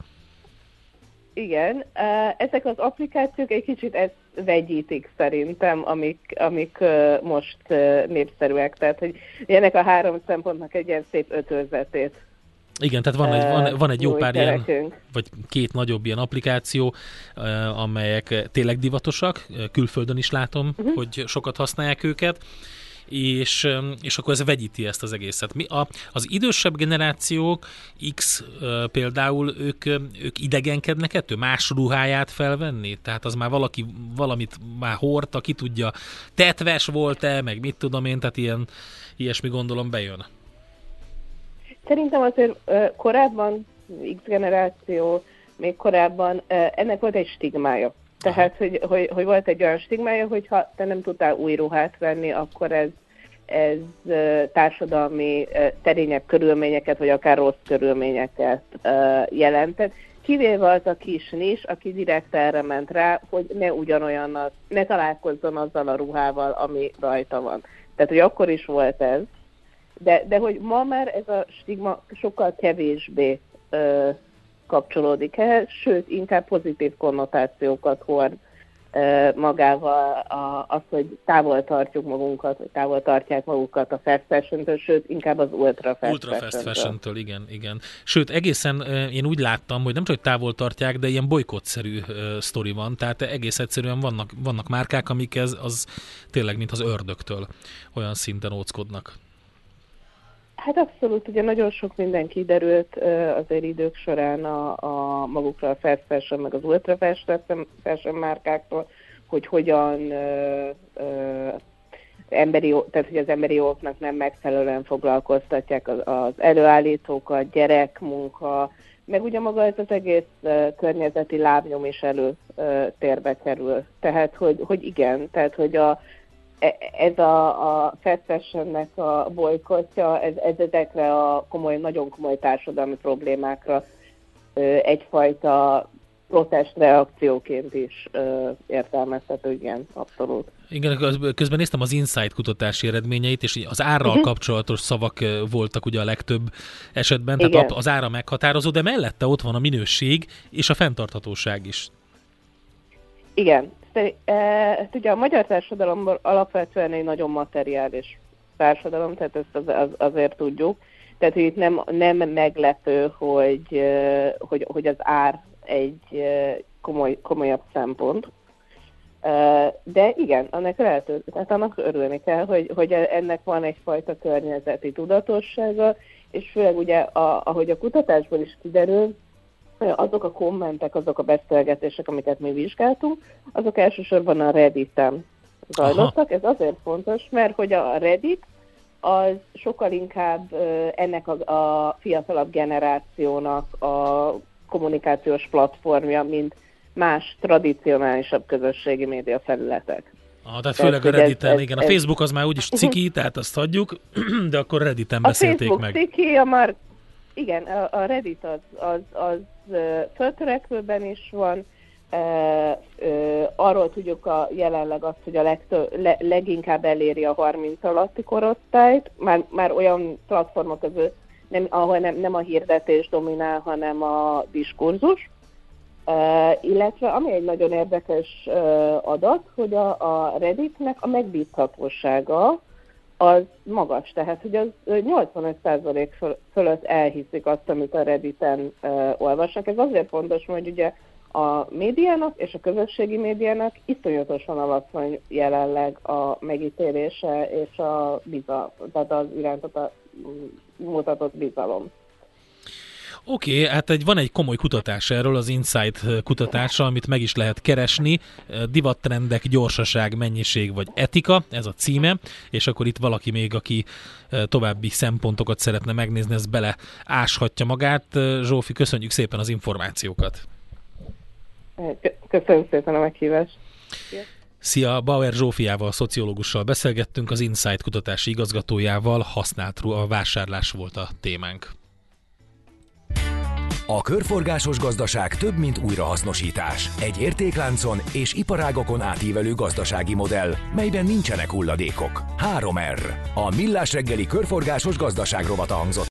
Igen. Ezek az applikációk egy kicsit ezt vegyítik szerintem, amik, amik most népszerűek. Tehát, hogy ennek a három szempontnak egy ilyen szép ötvözetét. Igen, tehát van egy, van, van egy jó pár kerekünk. ilyen, vagy két nagyobb ilyen applikáció, amelyek tényleg divatosak, külföldön is látom, uh-huh. hogy sokat használják őket, és, és akkor ez vegyíti ezt az egészet. Mi a, az idősebb generációk, X például, ők, ők idegenkednek ettől, más ruháját felvenni? Tehát az már valaki valamit már hordta, ki tudja, tetves volt-e, meg mit tudom én, tehát ilyen, ilyesmi gondolom bejön. Szerintem azért korábban, X generáció, még korábban ennek volt egy stigmája. Tehát, hogy, hogy, hogy volt egy olyan stigmája, hogy ha te nem tudtál új ruhát venni, akkor ez, ez társadalmi szerényebb körülményeket, vagy akár rossz körülményeket jelentett. Kivéve az a kis nis, aki direkt erre ment rá, hogy ne ugyanolyan, ne találkozzon azzal a ruhával, ami rajta van. Tehát, hogy akkor is volt ez. De, de hogy ma már ez a stigma sokkal kevésbé ö, kapcsolódik ehhez, sőt, inkább pozitív konnotációkat hord ö, magával a, az, hogy távol tartjuk magunkat, vagy távol tartják magukat a fast fashion-től, sőt, inkább az ultra fast ultra fast fashion-től. fashion-től, igen, igen. Sőt, egészen én úgy láttam, hogy nem csak távol tartják, de ilyen bolykottszerű uh, sztori van, tehát egész egyszerűen vannak, vannak márkák, amik ez, az tényleg mint az ördögtől olyan szinten óckodnak. Hát abszolút, ugye nagyon sok minden kiderült azért idők során a, a magukra a fast fashion, meg az ultra fast fashion márkáktól, hogy hogyan ö, ö, emberi, tehát hogy az emberi jogoknak nem megfelelően foglalkoztatják az, az előállítókat, gyerekmunka, meg ugye maga ez az egész uh, környezeti lábnyom is előtérbe kerül. Tehát, hogy, hogy igen, tehát, hogy a ez a, a fast fashionnek a bolykotja, ez, ez ezekre a komoly, nagyon komoly társadalmi problémákra ö, egyfajta protestreakcióként is ö, értelmezhető, igen, abszolút. Igen, közben néztem az Insight kutatási eredményeit, és az árral uh-huh. kapcsolatos szavak voltak ugye a legtöbb esetben, igen. Tehát az ára meghatározó, de mellette ott van a minőség és a fenntarthatóság is. Igen. Ezt ugye a magyar társadalomban alapvetően egy nagyon materiális társadalom, tehát ezt az, az, azért tudjuk. Tehát, hogy itt nem, nem meglepő, hogy, hogy, hogy az ár egy komoly, komolyabb szempont. De igen, annak lehető, tehát annak örülni kell, hogy, hogy ennek van egyfajta környezeti tudatossága, és főleg ugye, a, ahogy a kutatásból is kiderül, azok a kommentek, azok a beszélgetések, amiket mi vizsgáltunk, azok elsősorban a Redditen zajlottak. Aha. Ez azért fontos, mert hogy a Reddit az sokkal inkább ennek a, a fiatalabb generációnak a kommunikációs platformja, mint más tradicionálisabb közösségi média felületek. Ah, tehát főleg a Redditen, ez, igen. A Facebook az már úgyis ciki, tehát azt hagyjuk, de akkor Redditen beszélték meg. A Facebook ciki, a, mar- Igen, a Reddit az, az, az föltörekvőben is van. Arról tudjuk a, jelenleg azt, hogy a legtö, le, leginkább eléri a harminc alatti korosztályt, már, már olyan platformok között, nem, ahol nem, nem a hirdetés dominál, hanem a diskurzus. Uh, illetve ami egy nagyon érdekes uh, adat, hogy a, a Redditnek a megbízhatósága az magas, tehát hogy az nyolcvanöt százalék föl, fölött elhiszik azt, amit a Redditen uh, olvasnak. Ez azért fontos, hogy ugye a médiának és a közösségi médiának iszonyatosan alacsony jelenleg a megítélése és a bizalom, tehát az iránta mutatott bizalom. Oké, okay, hát egy, van egy komoly kutatás erről, az Insight kutatása, amit meg is lehet keresni. Divattrendek, gyorsaság, mennyiség vagy etika, ez a címe, és akkor itt valaki még, aki további szempontokat szeretne megnézni, ez bele áshatja magát. Zsófi, köszönjük szépen az információkat. Köszönöm szépen a meghívást. Szia, Bauer Zsófiával, szociológussal beszélgettünk, az Insight kutatási igazgatójával. Használt a vásárlás volt a témánk. A körforgásos gazdaság több, mint újrahasznosítás. Egy értékláncon és iparágokon átívelő gazdasági modell, melyben nincsenek hulladékok. három er. A Millás reggeli körforgásos gazdaság rovata hangzott.